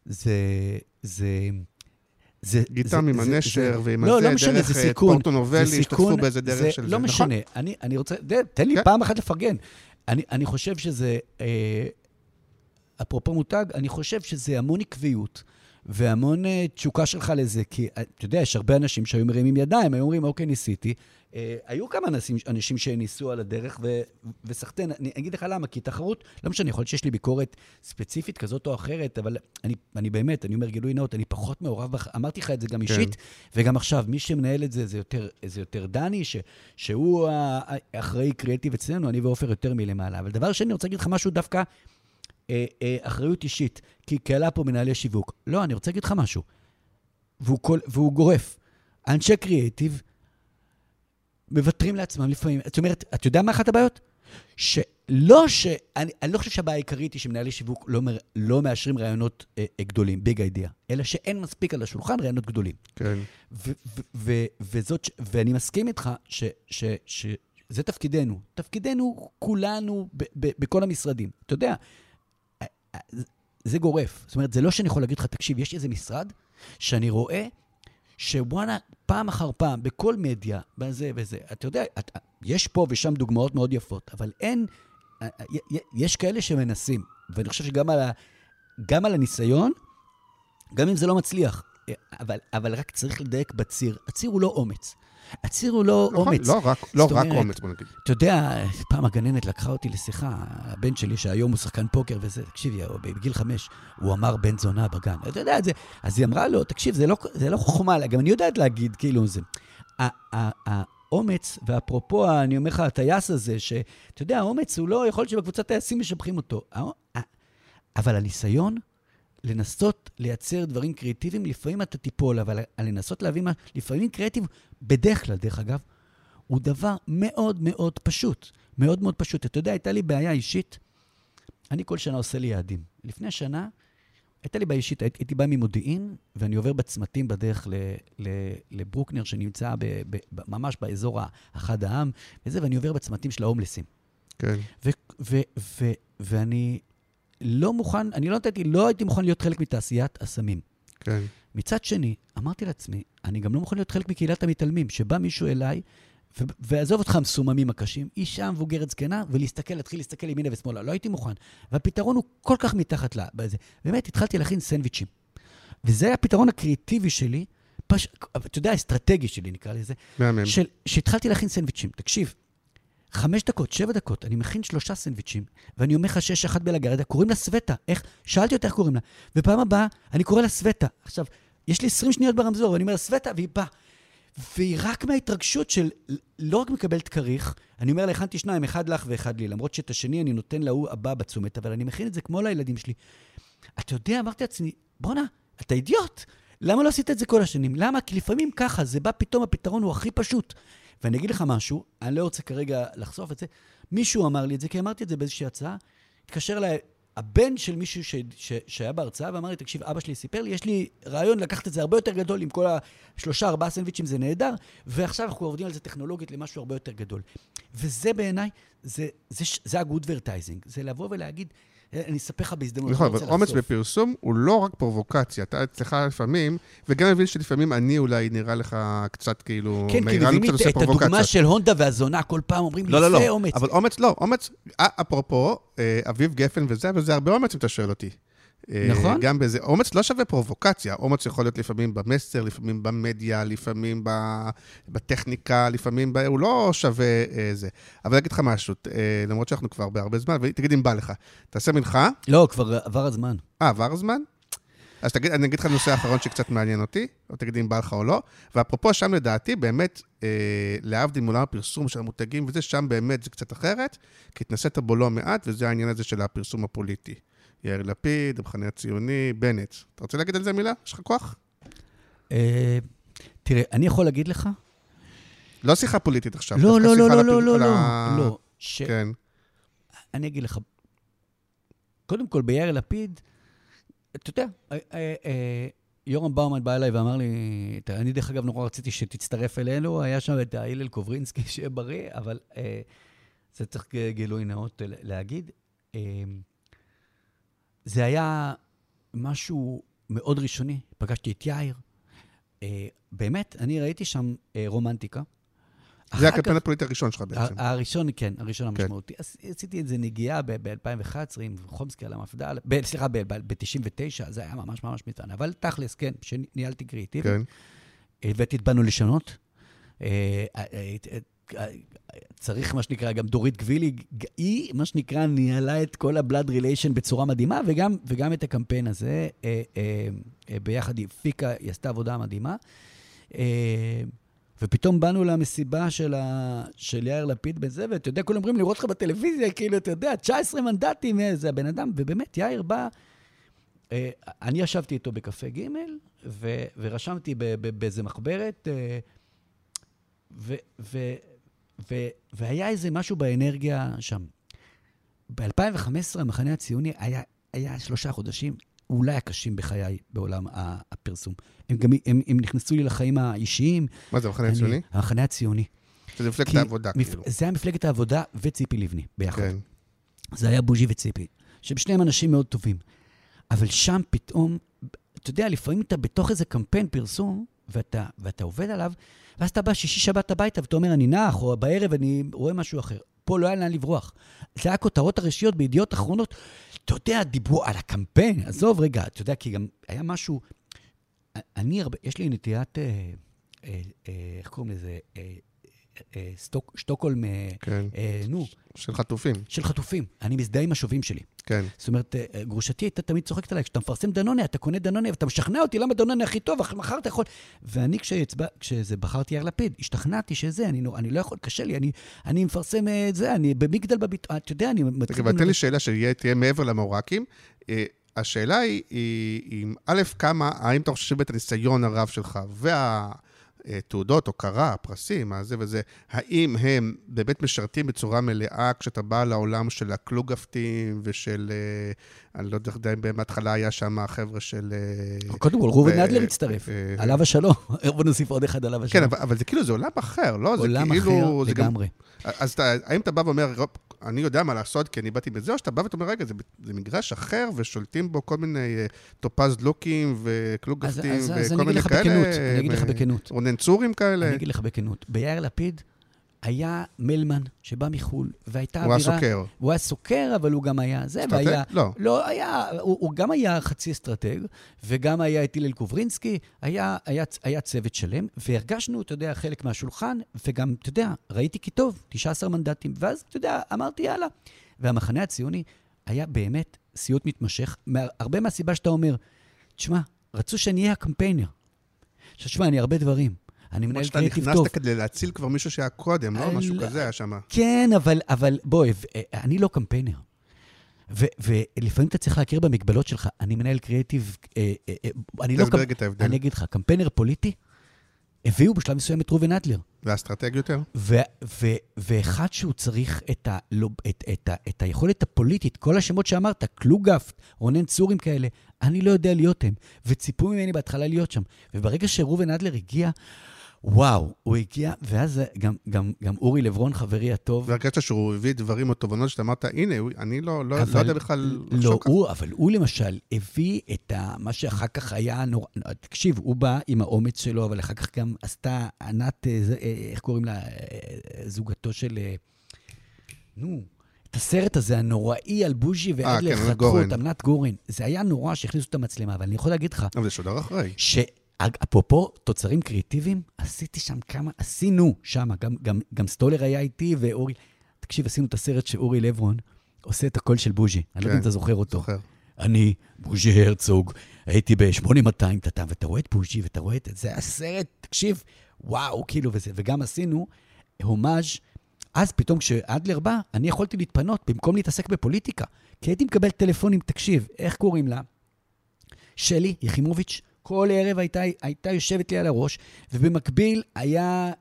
גיטם עם הנשר ועם הזה, דרך פורטו נובלי, השתתפו באיזה דרך של זה. לא משנה, אני רוצה, תן לי פעם אחת לפרגן. אני חושב שזה, אפרופו מותג, אני חושב שזה המון עקביות, והמון תשוקה שלך לזה, כי אתה יודע, יש הרבה אנשים שהיו מרימים ידיים, היו אומרים, אוקיי, ניסיתי. היו כמה אנשים שניסו על הדרך, וסחטן, אני אגיד לך למה, כי תחרות, לא משנה, יכול להיות שיש לי ביקורת ספציפית כזאת או אחרת, אבל אני באמת, אני אומר גילוי נאות, אני פחות מעורב, אמרתי לך את זה גם אישית, וגם עכשיו, מי שמנהל את זה, זה יותר דני, שהוא האחראי קריאטיב אצלנו, אני ואופר יותר מלמעלה. אבל דבר שני, אני רוצה להגיד לך משהו דווקא, אחריות אישית, כי קהלה פה מנהלי שיווק. לא, אני רוצה להגיד לך משהו. והוא גורף. אנשי קריאטיב מבטרים לעצמם לפעמים. זאת אומרת, אתה יודע מה אחת הבעיות? אני לא חושב שהבעיה העיקרית היא שמנהלי שיווק לא מאשרים רעיונות גדולים, ביג אידיאה, אלא שאין מספיק על השולחן רעיונות גדולים. כן. ואני מסכים איתך שזה תפקידנו. תפקידנו כולנו בכל המשרדים. אתה יודע, זה גורף. זאת אומרת, זה לא שאני יכול להגיד לך, תקשיב, יש איזה משרד שאני רואה שוואנה, פעם אחר פעם, בכל מדיה, בזה וזה. אתה יודע, יש פה ושם דוגמאות מאוד יפות, אבל יש כאלה שמנסים. ואני חושב שגם על הניסיון, גם אם זה לא מצליח, אבל רק צריך לדייק בציר. הציר הוא לא אומץ. הציר הוא לא אומץ. לא רק אומץ, בוא נגיד. אתה יודע, פעם הגננת לקחה אותי לשיחה, הבן שלי שהיום הוא שחקן פוקר וזה, תקשיבי, בגיל 5, הוא אמר בן זונה בגן. אתה יודע את זה. אז היא אמרה לו, תקשיב, זה לא חוכמה, גם אני יודעת להגיד, כאילו זה. האומץ, ואפרופו, אני אומר לך, הטייס הזה, שאתה יודע, האומץ הוא לא, יכול להיות שבקבוצת טייסים משבחים אותו. אבל הניסיון, לנסות לייצר דברים קריאטיביים, לפעמים אתה תיפול, אבל לנסות להביא מה, לפעמים קריאטיב, בדרך כלל, דרך אגב, הוא דבר מאוד מאוד פשוט. מאוד מאוד פשוט. אתה יודע, הייתה לי בעיה אישית, אני כל שנה עושה לי יעדים. לפני שנה, הייתה לי בעיה אישית, הייתי בא ממודיעין, ואני עובר בצמתים בדרך לברוקנר, שנמצא ממש באזור אחד העם, וזה, ואני עובר בצמתים של ההומלסים. כן. ואני לא מוכן, לא הייתי מוכן להיות חלק מתעשיית הסמים. כן. מצד שני, אמרתי לעצמי, אני גם לא מוכן להיות חלק מקהילת המתעלמים, שבא מישהו אליי, ועזוב אותך מסוממים הקשים, אישה מבוגרת זקנה, להתחיל להסתכל ימינה ושמאלה. לא הייתי מוכן. והפתרון הוא כל כך מתחת בזה. באמת, התחלתי להכין סנדוויצ'ים. וזה היה הפתרון הקריאטיבי שלי, אתה יודע, האסטרטגי שלי, נקרא לזה, שהתחלתי להכין סנדוויצ'ים. תקשיב, 5 דקות, 7 דקות, אני מכין 3 סנדוויצ'ים, ואני אומר לך שיש אחת בלגרדה, קוראים לה סווטה. שאלתי אותה איך קוראים לה. ופעם הבאה, אני קורא לה סווטה. עכשיו, יש לי 20 שניות ברמזור, ואני אומר סווטה, והיא באה. והיא רק מההתרגשות של לא רק מקבלת כריך, אני אומר לה, הכנתי 2, 1 לך ו1 לי, למרות שאת השני אני נותן להוא הבא בצומת, אבל אני מכין את זה כמו לילדים שלי. אתה יודע, אמרתי לעצמי, בונה, אתה אידיוט. למה לא עשית את זה כל השנים? למה? כי לפעמים ככה, זה בא פתאום, הפתרון הוא הכי פשוט. ואני אגיד לך משהו, אני לא רוצה כרגע לחשוף את זה, מישהו אמר לי את זה, כי אמרתי את זה באיזושהי הצעה, התקשר אליי הבן של מישהו שהיה בהרצאה ואמר לי, תקשיב, אבא שלי סיפר לי, יש לי רעיון לקחת את זה הרבה יותר גדול, עם כל 3-4 סנדוויצ'ים זה נהדר, ועכשיו אנחנו עובדים על זה טכנולוגית למשהו הרבה יותר גדול. וזה בעיניי, זה הגודברטייזינג, זה לבוא ולהגיד, אני אספר לך בהזדמנות. נכון, אבל אומץ בפרסום הוא לא רק פרובוקציה. אתה אצלך לפעמים, וגם מבין שלפעמים אני אולי נראה לך קצת כאילו... כן, כי מבינים את הדוגמה של הונדה והזונה, כל פעם אומרים לי, זה אומץ. אבל אומץ לא, אומץ, אפרופו, אביב גפן וזה הרבה אומץ אם אתה שואל אותי. נכון. גם בזה, אומץ לא שווה פרובוקציה, אומץ יכול להיות לפעמים במסר, לפעמים במדיה, לפעמים בטכניקה, לפעמים, הוא לא שווה זה. אבל אני אגיד לך משהו, למרות שאנחנו כבר בהרבה זמן, ותגיד אם בא לך, תעשה מנחה. לא, כבר עבר הזמן. עבר הזמן? אז אני אגיד לך נושא האחרון שקצת מעניין אותי, או תגיד אם בא לך או לא, ואפרופו שם לדעתי, באמת, להבדיל מעולם הפרסום של המותגים, וזה שם באמת זה קצת אחרת, כי התנסית בו לא מעט, וזה העניין הזה של הפרסום הפוליטי. יאיר לפיד, המחנה הציוני, בנט. אתה רוצה להגיד על זה מילה? יש לך כוח? תראה, אני יכול להגיד לך? לא שיחה פוליטית עכשיו. לא. כן. אני אגיד לך, קודם כל, ביאיר לפיד, אתה יודע, יורם באומן בא אליי ואמר לי, אני דרך אגב נורא רציתי שתצטרף אלינו, היה שם את הלל קוברינסקי שיהיה בריא, אבל זה צריך גילוי נאות להגיד. זה היה משהו מאוד ראשוני. פגשתי את יאיר. באמת, אני ראיתי שם רומנטיקה. זה הקמפיין הפוליטי הראשון שלך בעצם. הראשון, כן, הראשון המשמעותי. עשיתי את זה נגיעה ב-2011 עם חומסקי על המפד"ל, סליחה, ב-99, זה היה ממש ממש מצוין. אבל תכלס, כן, שניהלתי קריאיטיבי. הבאתי את באנו לשנות. צריך, מה שנקרא, גם דורית גבילי, היא, מה שנקרא, ניהלה את כל הבלד ריליישן בצורה מדהימה, וגם את הקמפיין הזה, ביחד היא הפיקה, היא עשתה עבודה מדהימה, ופתאום באנו למסיבה של יאיר לפיד בזה, ואתה יודע, כולם אומרים לראות לך בטלוויזיה, כאילו, אתה יודע, 19 מנדטים, זה הבן אדם, ובאמת, יאיר בא, אני ישבתי איתו בקפה ג' ורשמתי באיזה מחברת, והיה איזה משהו באנרגיה שם. ב-2015 המחנה הציוני היה 3 חודשים אולי הקשים בחיי בעולם הפרסום. הם נכנסו לי לחיים האישיים. מה זה, המחנה הציוני? המחנה הציוני. שזה מפלגת העבודה, כאילו. זה היה מפלגת העבודה וציפי לבני, ביחד. כן. זה היה בוז'י וציפי, שבשניהם אנשים מאוד טובים. אבל שם פתאום, אתה יודע, לפעמים אתה בתוך איזה קמפיין פרסום, ואתה עובד עליו, ואז אתה בא שישי שבת הביתה, ואתה אומר, אני נח, או בערב אני רואה משהו אחר. פה לא היה לאן לברוח. זה היה כותרות הראשיות בידיעות אחרונות. אתה יודע, דיברו על הקמפיין. עזוב רגע, אתה יודע, כי גם היה משהו... יש לי נטיית, איך קוראים לזה? שטוקהולם, נו. של חטופים. של חטופים. אני מזדהה עם השובים שלי. כן. זאת אומרת, גרושתי הייתה תמיד צוחקת עליי, כשאתה מפרסם דנונה, אתה קונה דנונה, ואתה משכנע אותי למה דנונה הכי טוב, מחר אתה יכול... ואני כשזה בחרתי יאיר לפיד, השתכנעתי שזה, אני לא יכול, קשה לי, אני מפרסם את זה, אני במגדל בביטוי, אתה יודע, אני... ותן לי שאלה שתהיה מעבר למאורקים. השאלה היא, א', האם אתה חושב שבאת הניסיון הרב שלך, תעודות, הוקרה, פרסים, הזה וזה, האם הם באמת משרתים בצורה מלאה כשאתה בא לעולם של הקלוגפטים ושל, אני לא יודע אם בהתחלה היה שם החבר'ה של... קודם כל, ראובן אדלר הצטרף, עליו השלום, בוא נוסיף עוד אחד עליו השלום. כן, אבל זה כאילו, זה עולם אחר, לא? עולם אחר לגמרי. אז האם אתה בא ואומר, אני יודע מה לעשות, כי אני באתי בזה, או שאתה בא ואתה אומר, רגע, זה מגרש אחר, ושולטים בו כל מיני טופז לוקים וקלוגפטים וכל מיני כאלה. אני אגיד לך בכנות. רונן צורים כאלה. אני אגיד לך בכנות. ביאיר לפיד היה מלמן שבא מחול, והייתה אווירה... הוא היה סוקר. הוא היה סוקר, אבל הוא גם היה... אסטרטג? לא. לא, הוא גם היה חצי אסטרטג, וגם היה את הלל קוברינסקי, היה צוות שלם, והרגשנו, אתה יודע, חלק מהשולחן, וגם, אתה יודע, ראיתי כי טוב, 19 מנדטים, ואז, אתה יודע, אמרתי, יאללה. והמחנה הציוני היה באמת סיוט מתמשך, הרבה מהסיבה שאתה אומר, תשמע, רצו שאני אהיה הקמפיינר. תשמע, אני הרבה דברים. אני מנהל קריאיטיב טוב. נכנסת כדי להציל כבר מישהו שהיה קודם, לא? משהו כזה היה שם. כן, אבל בוא, אני לא קמפיינר. ולפעמים אתה צריך להכיר במגבלות שלך. אני מנהל קריאיטיב, אני לא... תסברג את ההבדל. אני אגיד לך, קמפיינר פוליטי, הביאו בשלב מסוים את ראובן אדלר. והאסטרטג יותר. ואחד שהוא צריך את היכולת הפוליטית, כל השמות שאמרת, קלוגף, רונן צורים כאלה, אני לא יודע להיות הם, וציפו ממני בהתחלה להיות שם. וברגע שראובן אדלר הגיע, וואו, הוא הגיע, ואז גם אורי לברון, חברי הטוב. והרגשת שהוא הביא דברים או תובנות שאתה אמרת, הנה, אני לא יודע בכלל לחשוב ככה. אבל הוא למשל הביא את מה שאחר כך היה נורא, תקשיב, הוא בא עם האומץ שלו, אבל אחר כך גם עשתה ענת, איך קוראים לה, זוגתו של, את הסרט הזה הנוראי על בוז'י ואדלר חתכו את ענת גורן. זה היה נורא שהכניסו את המצלמה, אבל אני יכול להגיד לך, אבל זה שודר אחרי. אפרופו תוצרים קריאטיביים, עשיתי שם כמה, עשינו שם, גם סטולר היה איתי ואורי, תקשיב, עשינו את הסרט שאורי לברון עושה את הקול של בוז'י, אני לא יודע אם אתה זוכר אותו. זוכר. אני, בוז'י הרצוג, הייתי ב-8200, ואתה רואה את בוז'י, ואתה רואה את זה, היה סרט, תקשיב, וואו, כאילו וזה, וגם עשינו הומאז' אז פתאום כשאדלר בא, אני יכולתי להתפנות במקום להתעסק בפוליטיקה, כי הייתי מקבל טלפונים, תקשיב, איך קוראים לה? שלי יחימוביץ', כל ערב הייתה יושבת לי על הראש, ובמקביל היה,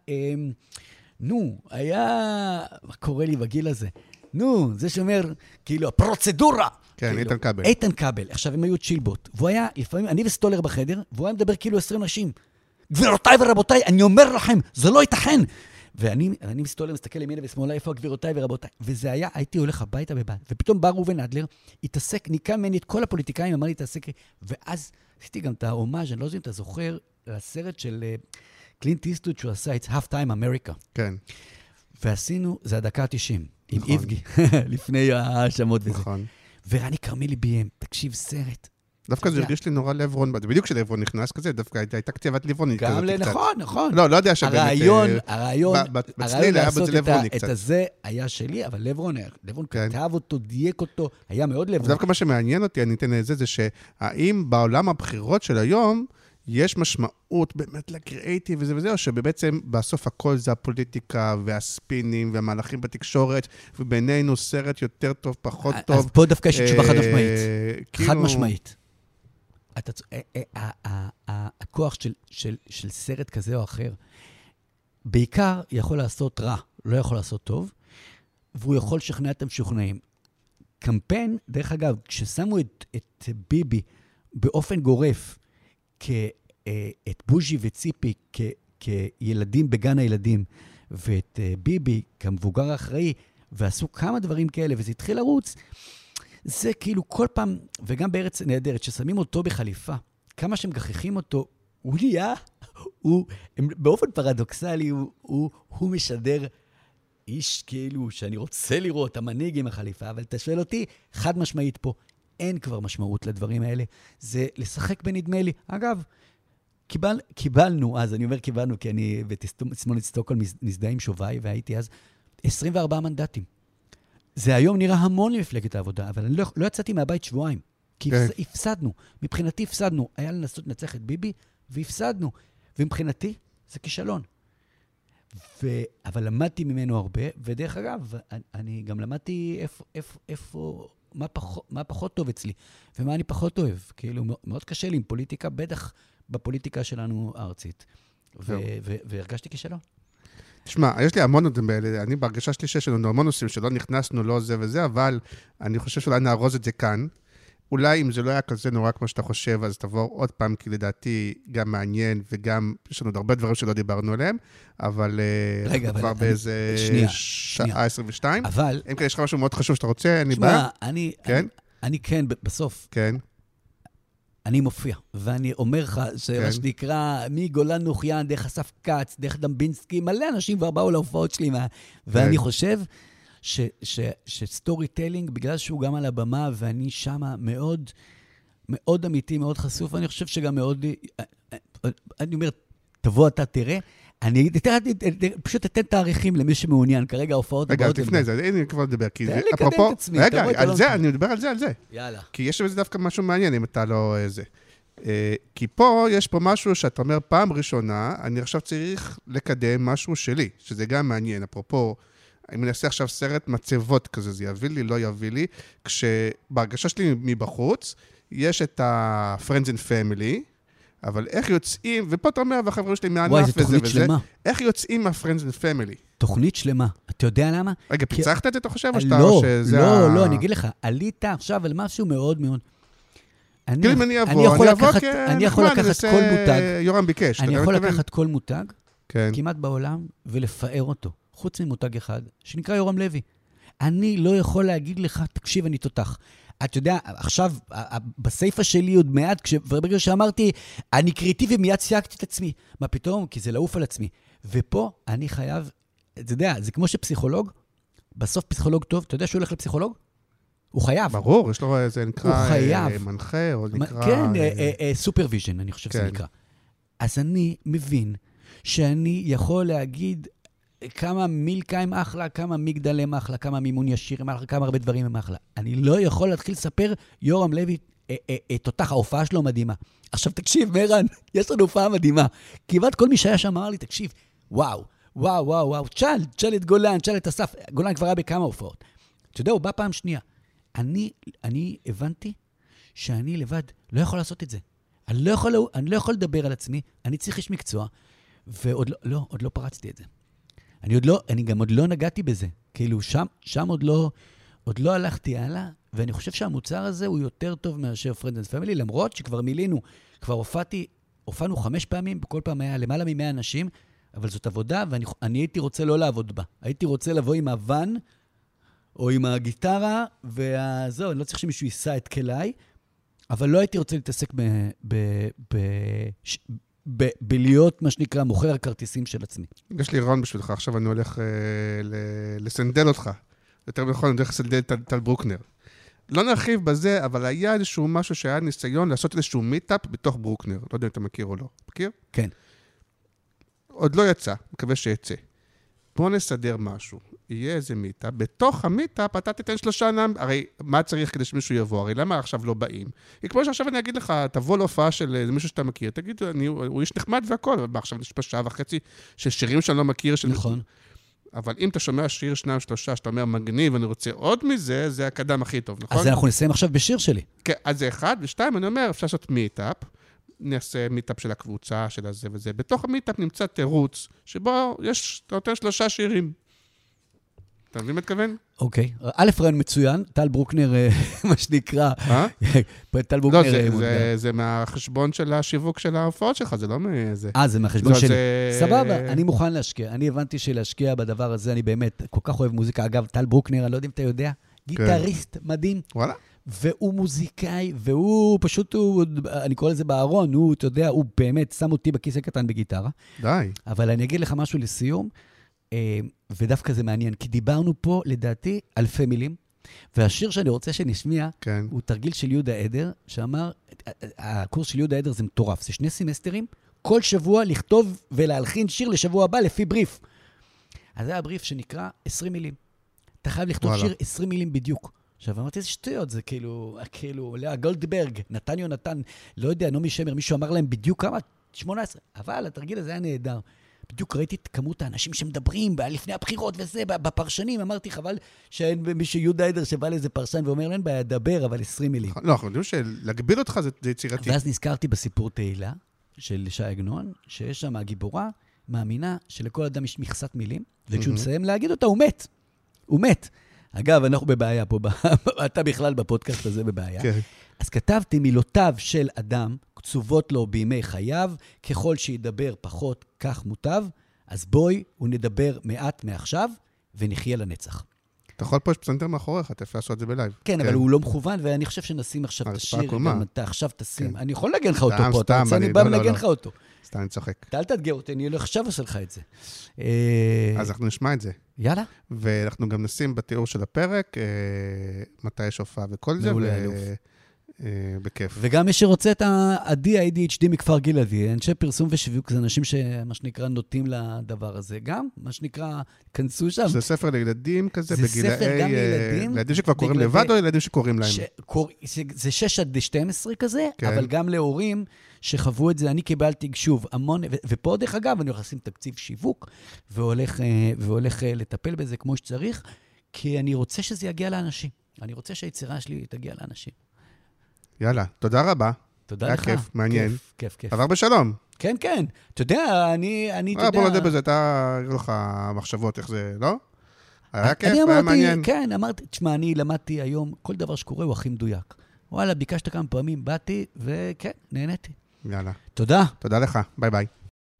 מה קורה לי בגיל הזה? זה שאומר, כאילו, הפרוצדורה. כן, כאילו, איתן כבל. איתן כבל, עכשיו הם היו צ'ילבוט, והוא היה, לפעמים, אני וסטולר בחדר, והוא היה מדבר כאילו 20 נשים. גבירותיי ורבותיי, אני אומר לכם, זה לא ייתכן. ואני מסתכל מסתכל ימינה ושמאלה, איפה הגבירותיי ורבותיי. וזה היה, הייתי הולך הביתה בבית. ופתאום בא ראובן אדלר, התעסק, ניקה ממני את כל הפוליטיקאים, אמר לי, תעסק, ואז עשיתי גם את ההומאז', אני לא יודע אם אתה זוכר, לסרט של קלינט איסטווד, שהוא עשה, It's Half Time America. כן. ועשינו, זה הדקה ה-90, עם איבגי, לפני האשמות וזה. נכון. ורני קרמילי ביים, תקשיב, סרט. דווקא זה הרגיש לי נורא לברון, בדיוק כשלברון נכנס כזה, דווקא הייתה כתיבת לברון. גם נכון. לא יודע שבאמת... הרעיון לעשות את הזה היה שלי, אבל לברון כתב אותו, דייק אותו, היה מאוד לברון. דווקא מה שמעניין אותי, אני אתן לזה, זה שהאם בעולם הבחירות של היום, יש משמעות באמת לקריאייטיב וזה, או שבעצם בסוף הכל זה הפוליטיקה והספינים והמהלכים בתקשורת, ובינינו סרט יותר טוב, פחות טוב. אז פה דווקא יש תשובה חד משמעית. חד משמעית. הכוח של סרט כזה או אחר, בעיקר יכול לעשות רע, לא יכול לעשות טוב, והוא יכול לשכנע את המשוכנעים. קמפיין, דרך אגב, כששמו את ביבי באופן גורף, את בוז'י וציפי כילדים בגן הילדים, ואת ביבי כמבוגר האחראי, ועשו כמה דברים כאלה, וזה התחיל לרוץ, זה כאילו כל פעם, וגם בארץ נהדרת, ששמים אותו בחליפה, כמה שהם גחיכים אותו, הוא נהיה, באופן פרדוקסלי, הוא משדר איש כאילו שאני רוצה לראות, המנהיג עם החליפה, אבל אתה שואל אותי, חד משמעית פה, אין כבר משמעות לדברים האלה, זה לשחק בנדמה לי. אגב, קיבלנו, אז אני אומר קיבלנו, כי אני בתסמונת סטוקהולם מזדהה עם שווי, והייתי אז 24 מנדטים. זה היום נראה המון למפלגת העבודה, אבל אני לא יצאתי מהבית שבועיים, כי הפסדנו. מבחינתי הפסדנו. היה לנסות לנצח את ביבי, והפסדנו. ומבחינתי זה כישלון. אבל למדתי ממנו הרבה, ודרך אגב, אני גם למדתי מה פחות טוב אצלי, ומה אני פחות אוהב. כאילו, מאוד קשה לי עם פוליטיקה, בטח בפוליטיקה שלנו הארצית. והרגשתי כישלון. תשמע, יש לי המון נושאים, אני בהרגשה שלי שיש לנו המון נושאים שלא נכנסנו, לא זה וזה, אבל אני חושב שאולי נארוז את זה כאן. אולי אם זה לא היה כזה נורא כמו שאתה חושב, אז תבוא עוד פעם, כי לדעתי גם מעניין, וגם יש לנו הרבה דברים שלא דיברנו עליהם, אבל כבר באיזה שעה 22. אבל... אם כן, יש לך משהו מאוד חשוב שאתה רוצה, אני בא. אני כן, בסוף. כן. אני מופיע, ואני אומר לך, שמה שנקרא, מגולן נוחיין, דרך אסף קץ, דרך דמבינסקי, מלא אנשים כבר באו להופעות שלי, ואני חושב שסטורי טיילינג, בגלל שהוא גם על הבמה, ואני שמה מאוד, מאוד אמיתי, מאוד חשוף, ואני חושב שגם מאוד, אני אומר, תבוא אתה תראה, אני פשוט אתן תאריכים למי שמעוניין, כרגע ההופעות הבאות. רגע, לפני זה, אני כבר מדבר, כי זה, אפרופו, רגע, על זה, אני מדבר על זה. יאללה. כי יש בזה דווקא משהו מעניין, אם אתה לא זה. כי פה יש פה משהו שאתה אומר, פעם ראשונה, אני עכשיו צריך לקדם משהו שלי, שזה גם מעניין, אפרופו, אם אני אעשה עכשיו סרט מצבות כזה, זה יביא לי, לא יביא לי, כשבהרגשה שלי מבחוץ, יש את ה-Friends and Family, אבל איך יוצאים, ופה אתה אומר, והחברים שלי מהענף וואי, זו תוכנית שלמה. איך יוצאים מה-Friends and Family? תוכנית שלמה. אתה יודע למה? רגע, פיצחת את זה, אתה חושב? לא, אני אגיד לך, עלית עכשיו על משהו מאוד מאוד... כאילו אם אני יכול לקחת כל מותג, יורם ביקש. אני יכול לקחת כל מותג, כמעט בעולם, ולפאר אותו, חוץ ממותג אחד, שנקרא יורם לוי. אני לא יכול להגיד לך, תקשיב, אני תותח. אתה יודע, עכשיו, בסייפה שלי עוד מעט, ברגע שאמרתי, אני קריאטיבי, מיד סייגתי את עצמי. מה פתאום? כי זה לעוף על עצמי. ופה אני חייב, אתה יודע, זה כמו שפסיכולוג, בסוף פסיכולוג טוב, אתה יודע שהוא הולך לפסיכולוג? הוא חייב. ברור, יש לו, זה נקרא מנחה, או נקרא... כן, סופרוויז'ן, אני חושב שזה נקרא. אז אני מבין שאני יכול להגיד כמה מילקיים אחלה, כמה מגדל הם אחלה, כמה מימון ישיר הם אחלה, כמה הרבה דברים הם אחלה. אני לא יכול להתחיל לספר, יורם לוי, תותח, ההופעה שלו מדהימה. עכשיו תקשיב, מרן, יש לנו הופעה מדהימה. כמעט כל מי שהיה שם אמר לי, תקשיב, וואו, תשאל את גולן, תשאל את אסף, גולן כבר היה בכמה הופעות. אתה יודע, הוא בא פעם שנייה. אני הבנתי שאני לבד לא יכול לעשות את זה. אני לא יכול לדבר על עצמי, אני צריך איש מקצוע, ועוד לא פרצתי את זה. אני גם עוד לא נגעתי בזה. כאילו, שם עוד לא הלכתי הלאה, ואני חושב שהמוצר הזה הוא יותר טוב מאשר Friends and Family, למרות שכבר מילינו, כבר הופענו 5 פעמים, בכל פעם היה למעלה מ100 אנשים, אבל זאת עבודה, ואני הייתי רוצה לא לעבוד בה. הייתי רוצה לבוא עם הוון, או עם הגיטרה, וזהו, אני לא צריך שמישהו יישא את כליי, אבל לא הייתי רוצה להתעסק בלהיות, מה שנקרא, מוכר הכרטיסים של עצמי. יש לי רעיון בשבילך, עכשיו אני הולך לסנדל אותך. יותר נכון, אני הולך לסנדל טל ברוקנר. לא נרחיב בזה, אבל היה איזשהו משהו שהיה ניסיון לעשות איזשהו מיטאפ בתוך ברוקנר. לא יודע אם אתה מכיר או לא. מכיר? כן. עוד לא יצא, מקווה שיצא. בוא נסדר משהו. יהיה איזה מיטאפ. בתוך המיטאפ אתה תיתן 3 הרי מה צריך כדי שמישהו יבוא? הרי למה עכשיו לא באים? כמו שעכשיו אני אגיד לך, תבוא להופעה של מישהו שאתה מכיר, תגיד, הוא איש נחמד והכל, אבל עכשיו יש פה 1.5 שעה של שירים שאני לא מכיר. נכון. אבל אם אתה שומע שיר 2-3, שאתה אומר מגניב, אני רוצה עוד מזה, זה הקדם הכי טוב, נכון? אז אנחנו נסיים עכשיו בשיר שלי. כן, אז זה 1, ו2, אני אומר, אפשר לעשות מיטאפ, נעשה מיטאפ של הקבוצה, של הזה וזה. בתוך המיטאפ נמצא תירוץ, שבו אתה נותן 3 שירים. אתה מבין מה מתכוון? אוקיי. א' רעיון מצוין, טל ברוקנר, מה שנקרא. טל ברוקנר. לא, זה מהחשבון של השיווק של ההופעות שלך, זה לא מאיזה. זה מהחשבון שלי. סבבה, אני מוכן להשקיע. אני הבנתי שלהשקיע בדבר הזה, אני באמת כל כך אוהב מוזיקה. אגב, טל ברוקנר, אני לא יודע אם אתה יודע, גיטריסט מדהים. וואלה. והוא מוזיקאי, והוא פשוט, אני קורא לזה בארון, הוא, אתה יודע, הוא באמת שם אותי בכיסא קטן בגיטרה. די. אבל אני אגיד לך משהו לסיום, ודווקא זה מעניין, כי דיברנו פה, לדעתי, אלפי מילים, והשיר שאני רוצה שנשמיע, כן. הוא תרגיל של יהודה עדר, שאמר, הקורס של יהודה עדר זה מטורף, זה 2 סמסטרים, כל שבוע לכתוב ולהלחין שיר לשבוע הבא לפי בריף. אז זה הבריף שנקרא 20 מילים. אתה חייב לכתוב שיר 20 מילים בדיוק. עכשיו, אמרתי, איזה שטויות, זה כאילו, לאה גולדברג, נתן יונתן, לא יודע, נעמי שמר, מישהו אמר להם בדיוק כמה? 18. אבל התרגיל הזה היה נהדר. בדיוק ראיתי את כמות האנשים שמדברים לפני הבחירות וזה, בפרשנים, אמרתי, חבל שאין מישהו יהודה עדר שבא לאיזה פרשן ואומר, אין בעיה, דבר, אבל 20 מילים. לא, אנחנו יודעים שלהגביל אותך זה יצירתי. ואז נזכרתי בסיפור תהילה של שי עגנון, שיש שם הגיבורה, מאמינה שלכל אדם יש מכסת מילים, וכשהוא מסיים להגיד אותה, הוא מת. הוא מת. אגב, אנחנו בבעיה פה, אתה בכלל בפודקאסט הזה בבעיה. כן. אז כתבתי מילותיו של אדם, קצובות לו בימי חייו, ככל שידבר פחות, כך מוטב, אז בואי ונדבר מעט מעכשיו, ונחיה לנצח. אתה יכול פה יש פסנתר מאחוריך, אתה יכול לעשות את זה בלייב. כן, אבל הוא לא מכוון, ואני חושב שנשים עכשיו את השיר, גם אתה עכשיו תשים. אני יכול לגן לך אותו פה, אתה רוצה, אני בא ולגן לך אותו. סתם, אני צוחק. אל תתגר אותי, אני הולך עכשיו לעשות לך את זה. אז אנחנו נשמע את זה. יאללה. ואנחנו גם נשים בתיאור של הפרק, מתי יש הופעה וכל זה. מעולה, אלוף. בכיף. וגם מי שרוצה את ה-ADHD מכפר גלעדי, אנשי פרסום ושיווק, זה אנשים שמה שנקרא נוטים לדבר הזה. גם, מה שנקרא, כנסו שם. זה ספר לילדים כזה, זה ספר גם לילדים. לילדים שכבר קוראים לבד או לילדים שקוראים להם? זה 6-12 כזה, אבל גם להורים שחוו את זה, אני קיבלתי שוב המון, ופה דרך אגב, אני הולך לשים תקציב שיווק, והולך לטפל בזה כמו שצריך, כי אני רוצה שזה יגיע לאנשים. אני רוצה שהיצירה שלי תגיע לאנשים. יאללה, תודה רבה. תודה לך. היה כיף, מעניין. כיף. עבר בשלום. כן. אתה יודע, אני יודע... בוא נדע בזה, אתה, יהיו לך מחשבות איך זה, לא? היה כיף, היה מעניין. כן, אמרתי, תשמע, אני למדתי היום, כל דבר שקורה הוא הכי מדויק. וואלה, ביקשת כמה פעמים, באתי, וכן, נהניתי. יאללה. תודה. תודה לך, ביי ביי.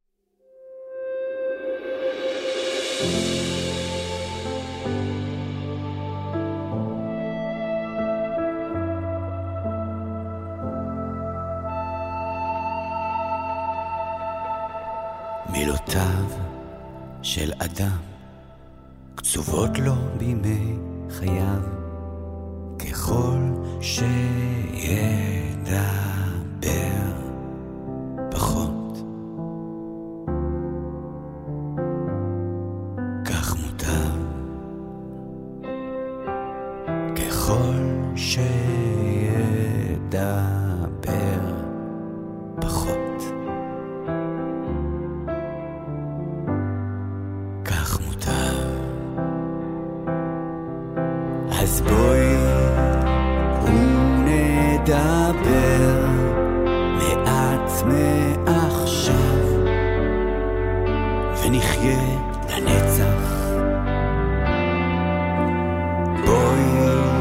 מילותיו של אדם קצובות לו בימי חייו, ככל שידבר פחות, כך מוטב, ככל שידבר פחות. אז בואי ונדבר מעט מעכשיו ונחיה לנצח. בואי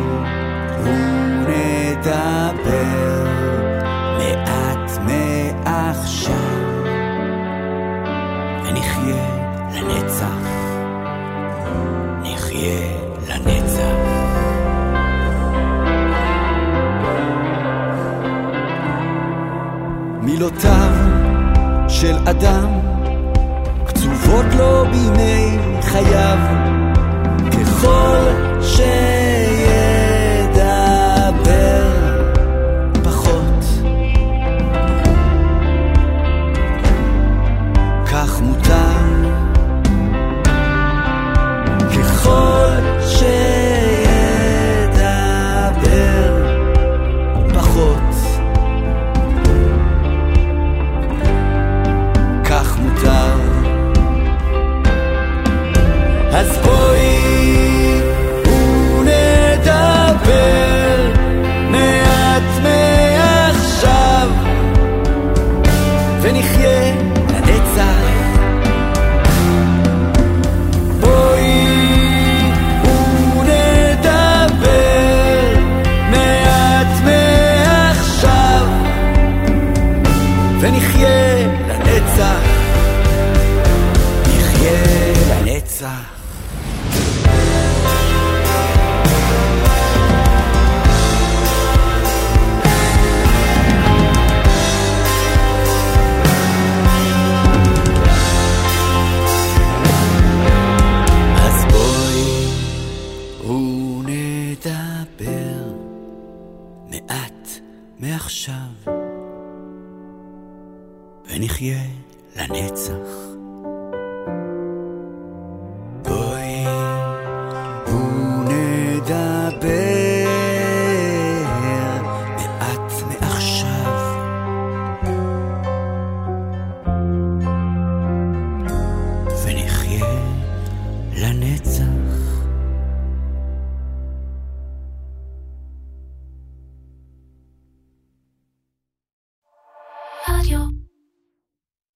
ונדבר מעט מעכשיו ונחיה לנצח. נחיה לנצח. מילותיו של אדם קצובות לו בימי חייו, ככל שידבר פחות, כך מותר, ככל שידבר פחות, כך מותר. אז בואי ונדבר מעט מעכשיו ונחיה לנצח. בואי ונדבר מעט מעכשיו ונחיה לנצח. נחיה לנצח. אז בואי ונדבר מעט מעכשיו ונחיה לנצח. בואי ונדבר מעט מעכשיו ונחיה לנצח. רדיו